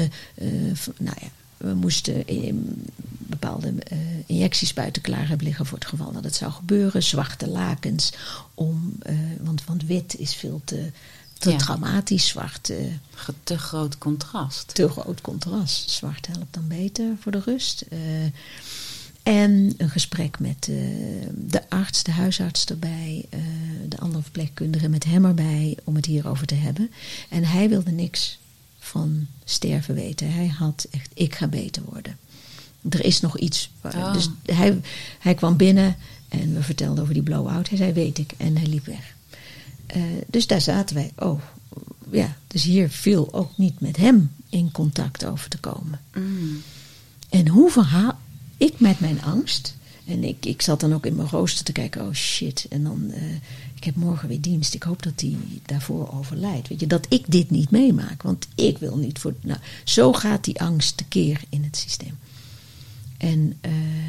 moesten bepaalde injecties buiten klaar hebben liggen voor het geval dat het zou gebeuren. Zwarte lakens. Want wit is veel te traumatisch. Zwart. Te groot contrast. Te groot contrast. Zwart helpt dan beter voor de rust. En een gesprek met de arts, de huisarts erbij, de andere verpleegkundige met hem erbij om het hierover te hebben. En hij wilde niks van sterven weten. Hij had echt, ik ga beter worden. Er is nog iets. Dus hij kwam binnen en we vertelden over die blow-out. Hij zei, weet ik. En hij liep weg. Dus daar zaten wij. Dus hier viel ook niet met hem in contact over te komen. Mm. En hoe verhaal ik met mijn angst. En ik zat dan ook in mijn rooster te kijken. Oh shit. En dan, ik heb morgen weer dienst. Ik hoop dat hij daarvoor overlijdt. Weet je, dat ik dit niet meemaak. Want ik wil niet voor... Nou, zo gaat die angst tekeer in het systeem. En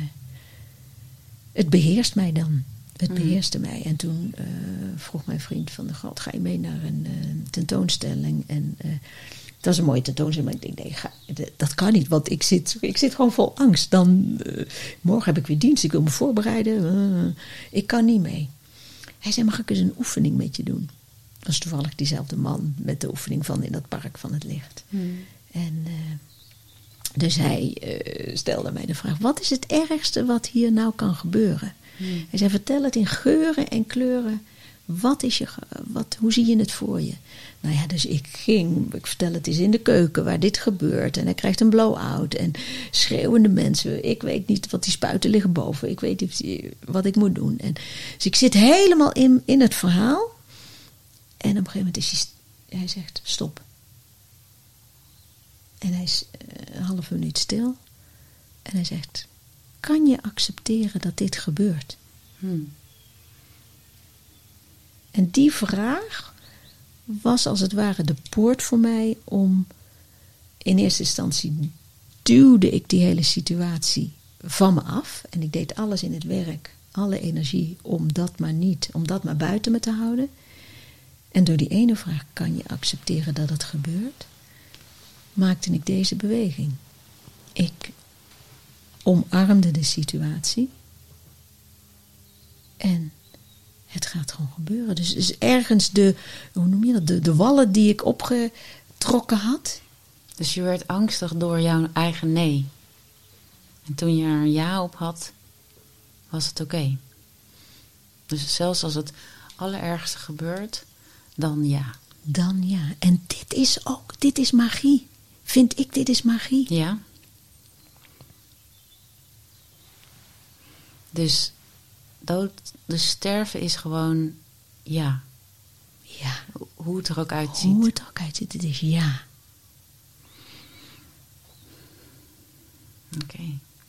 het beheerst mij dan. Het beheerste mij. En toen vroeg mijn vriend van... God, ga je mee naar een tentoonstelling? En het was een mooie tentoonstelling. Maar ik denk, nee, dat kan niet. Want ik zit gewoon vol angst. Dan, morgen heb ik weer dienst. Ik wil me voorbereiden. Ik kan niet mee. Hij zei, mag ik eens een oefening met je doen? Dat was toevallig diezelfde man met de oefening van in dat park van het licht. En dus hij stelde mij de vraag... Wat is het ergste wat hier nou kan gebeuren? Hij zei, vertel het in geuren en kleuren. Hoe zie je het voor je? Nou ja, dus ik vertel het eens in de keuken waar dit gebeurt. En hij krijgt een blow-out. En schreeuwende mensen. Ik weet niet wat die spuiten liggen boven. Ik weet niet wat ik moet doen. Dus ik zit helemaal in het verhaal. En op een gegeven moment hij zegt, stop. En hij is een half minuut stil. En hij zegt... Kan je accepteren dat dit gebeurt? En die vraag was als het ware de poort voor mij om... In eerste instantie duwde ik die hele situatie van me af. En ik deed alles in het werk, alle energie om dat maar buiten me te houden. En door die ene vraag, kan je accepteren dat het gebeurt? Maakte ik deze beweging. Ik omarmde de situatie. En het gaat gewoon gebeuren. Dus ergens de wallen die ik opgetrokken had. Dus je werd angstig door jouw eigen nee. En toen je er een ja op had, was het oké. Dus zelfs als het allerergste gebeurt, dan ja. Dan ja. En dit is magie. Vind ik, dit is magie. Ja. Dus sterven is gewoon ja. Ja. Hoe het er ook uitziet. Hoe het er ook uitziet, het is ja. Oké.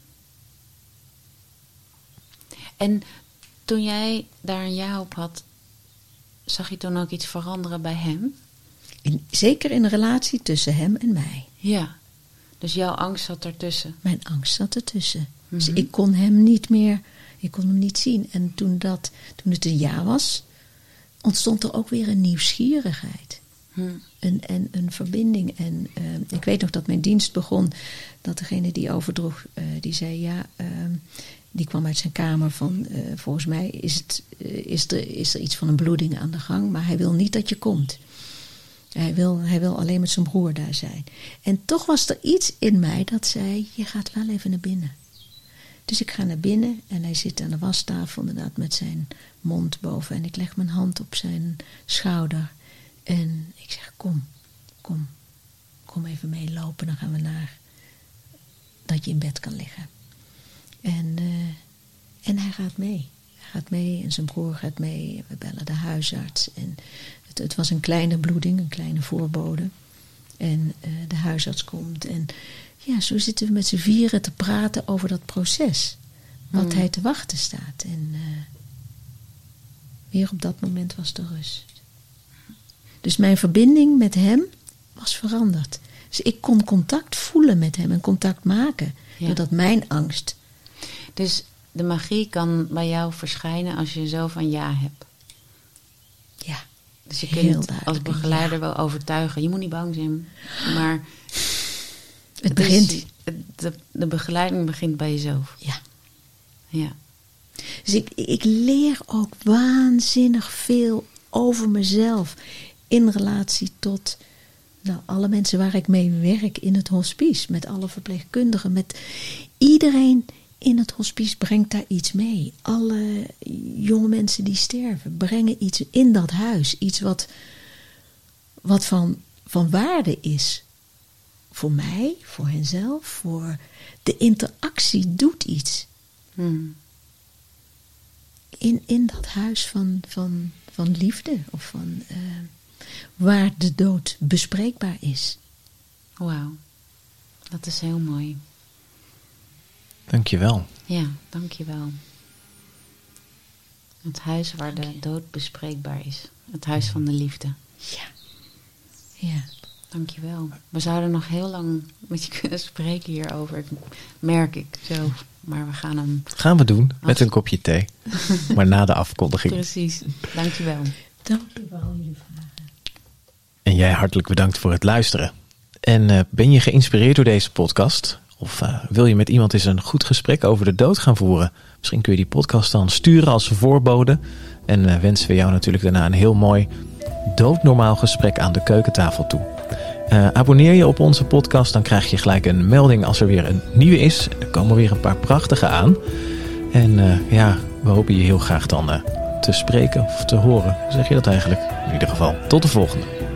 En toen jij daar een ja op had, zag je toen ook iets veranderen bij hem? Zeker in de relatie tussen hem en mij. Ja. Dus jouw angst zat ertussen? Mijn angst zat ertussen. Mm-hmm. Dus ik kon hem niet meer... Ik kon hem niet zien. En toen het een ja was, ontstond er ook weer een nieuwsgierigheid. En een verbinding. En ik weet nog dat mijn dienst begon. Dat degene die overdroeg, die zei ja... die kwam uit zijn kamer van... volgens mij is er iets van een bloeding aan de gang. Maar hij wil niet dat je komt. Hij wil alleen met zijn broer daar zijn. En toch was er iets in mij dat zei, je gaat wel even naar binnen. Dus ik ga naar binnen en hij zit aan de wastafel inderdaad met zijn mond boven. En ik leg mijn hand op zijn schouder. En ik zeg, kom even meelopen. Dan gaan we naar dat je in bed kan liggen. En hij gaat mee. Hij gaat mee en zijn broer gaat mee. We bellen de huisarts. En het was een kleine bloeding, een kleine voorbode. En de huisarts komt. En ja, zo zitten we met z'n vieren te praten over dat proces. Wat hij te wachten staat. En weer op dat moment was de rust. Dus mijn verbinding met hem was veranderd. Dus ik kon contact voelen met hem en contact maken. Ja. Doordat mijn angst. Dus de magie kan bij jou verschijnen als je zo van ja hebt. Ja. Dus je kunt als begeleider wel overtuigen. Je moet niet bang zijn. Maar het begint. De begeleiding begint bij jezelf. Ja. Dus ik leer ook waanzinnig veel over mezelf. In relatie tot alle mensen waar ik mee werk in het hospice. Met alle verpleegkundigen. Met iedereen in het hospice brengt daar iets mee. Alle jonge mensen die sterven brengen iets in dat huis. Iets wat van waarde is. Voor mij, voor henzelf, voor de interactie doet iets. In dat huis van liefde of van waar de dood bespreekbaar is. Wauw, dat is heel mooi. Dankjewel. Ja, dankjewel. Het huis waar de dood bespreekbaar is. Het huis van de liefde. Ja. Dankjewel. We zouden nog heel lang met je kunnen spreken hierover. Merk ik zo. Maar we gaan hem... Gaan we doen, met een kopje thee. Maar na de afkondiging. Precies. Dankjewel. Dankjewel voor jullie vragen. En jij hartelijk bedankt voor het luisteren. En ben je geïnspireerd door deze podcast? Of wil je met iemand eens een goed gesprek over de dood gaan voeren? Misschien kun je die podcast dan sturen als voorbode. En wensen we jou natuurlijk daarna een heel mooi doodnormaal gesprek aan de keukentafel toe. Abonneer je op onze podcast, dan krijg je gelijk een melding als er weer een nieuwe is. Er komen weer een paar prachtige aan. En we hopen je heel graag dan te spreken of te horen. Hoe zeg je dat eigenlijk? In ieder geval, tot de volgende.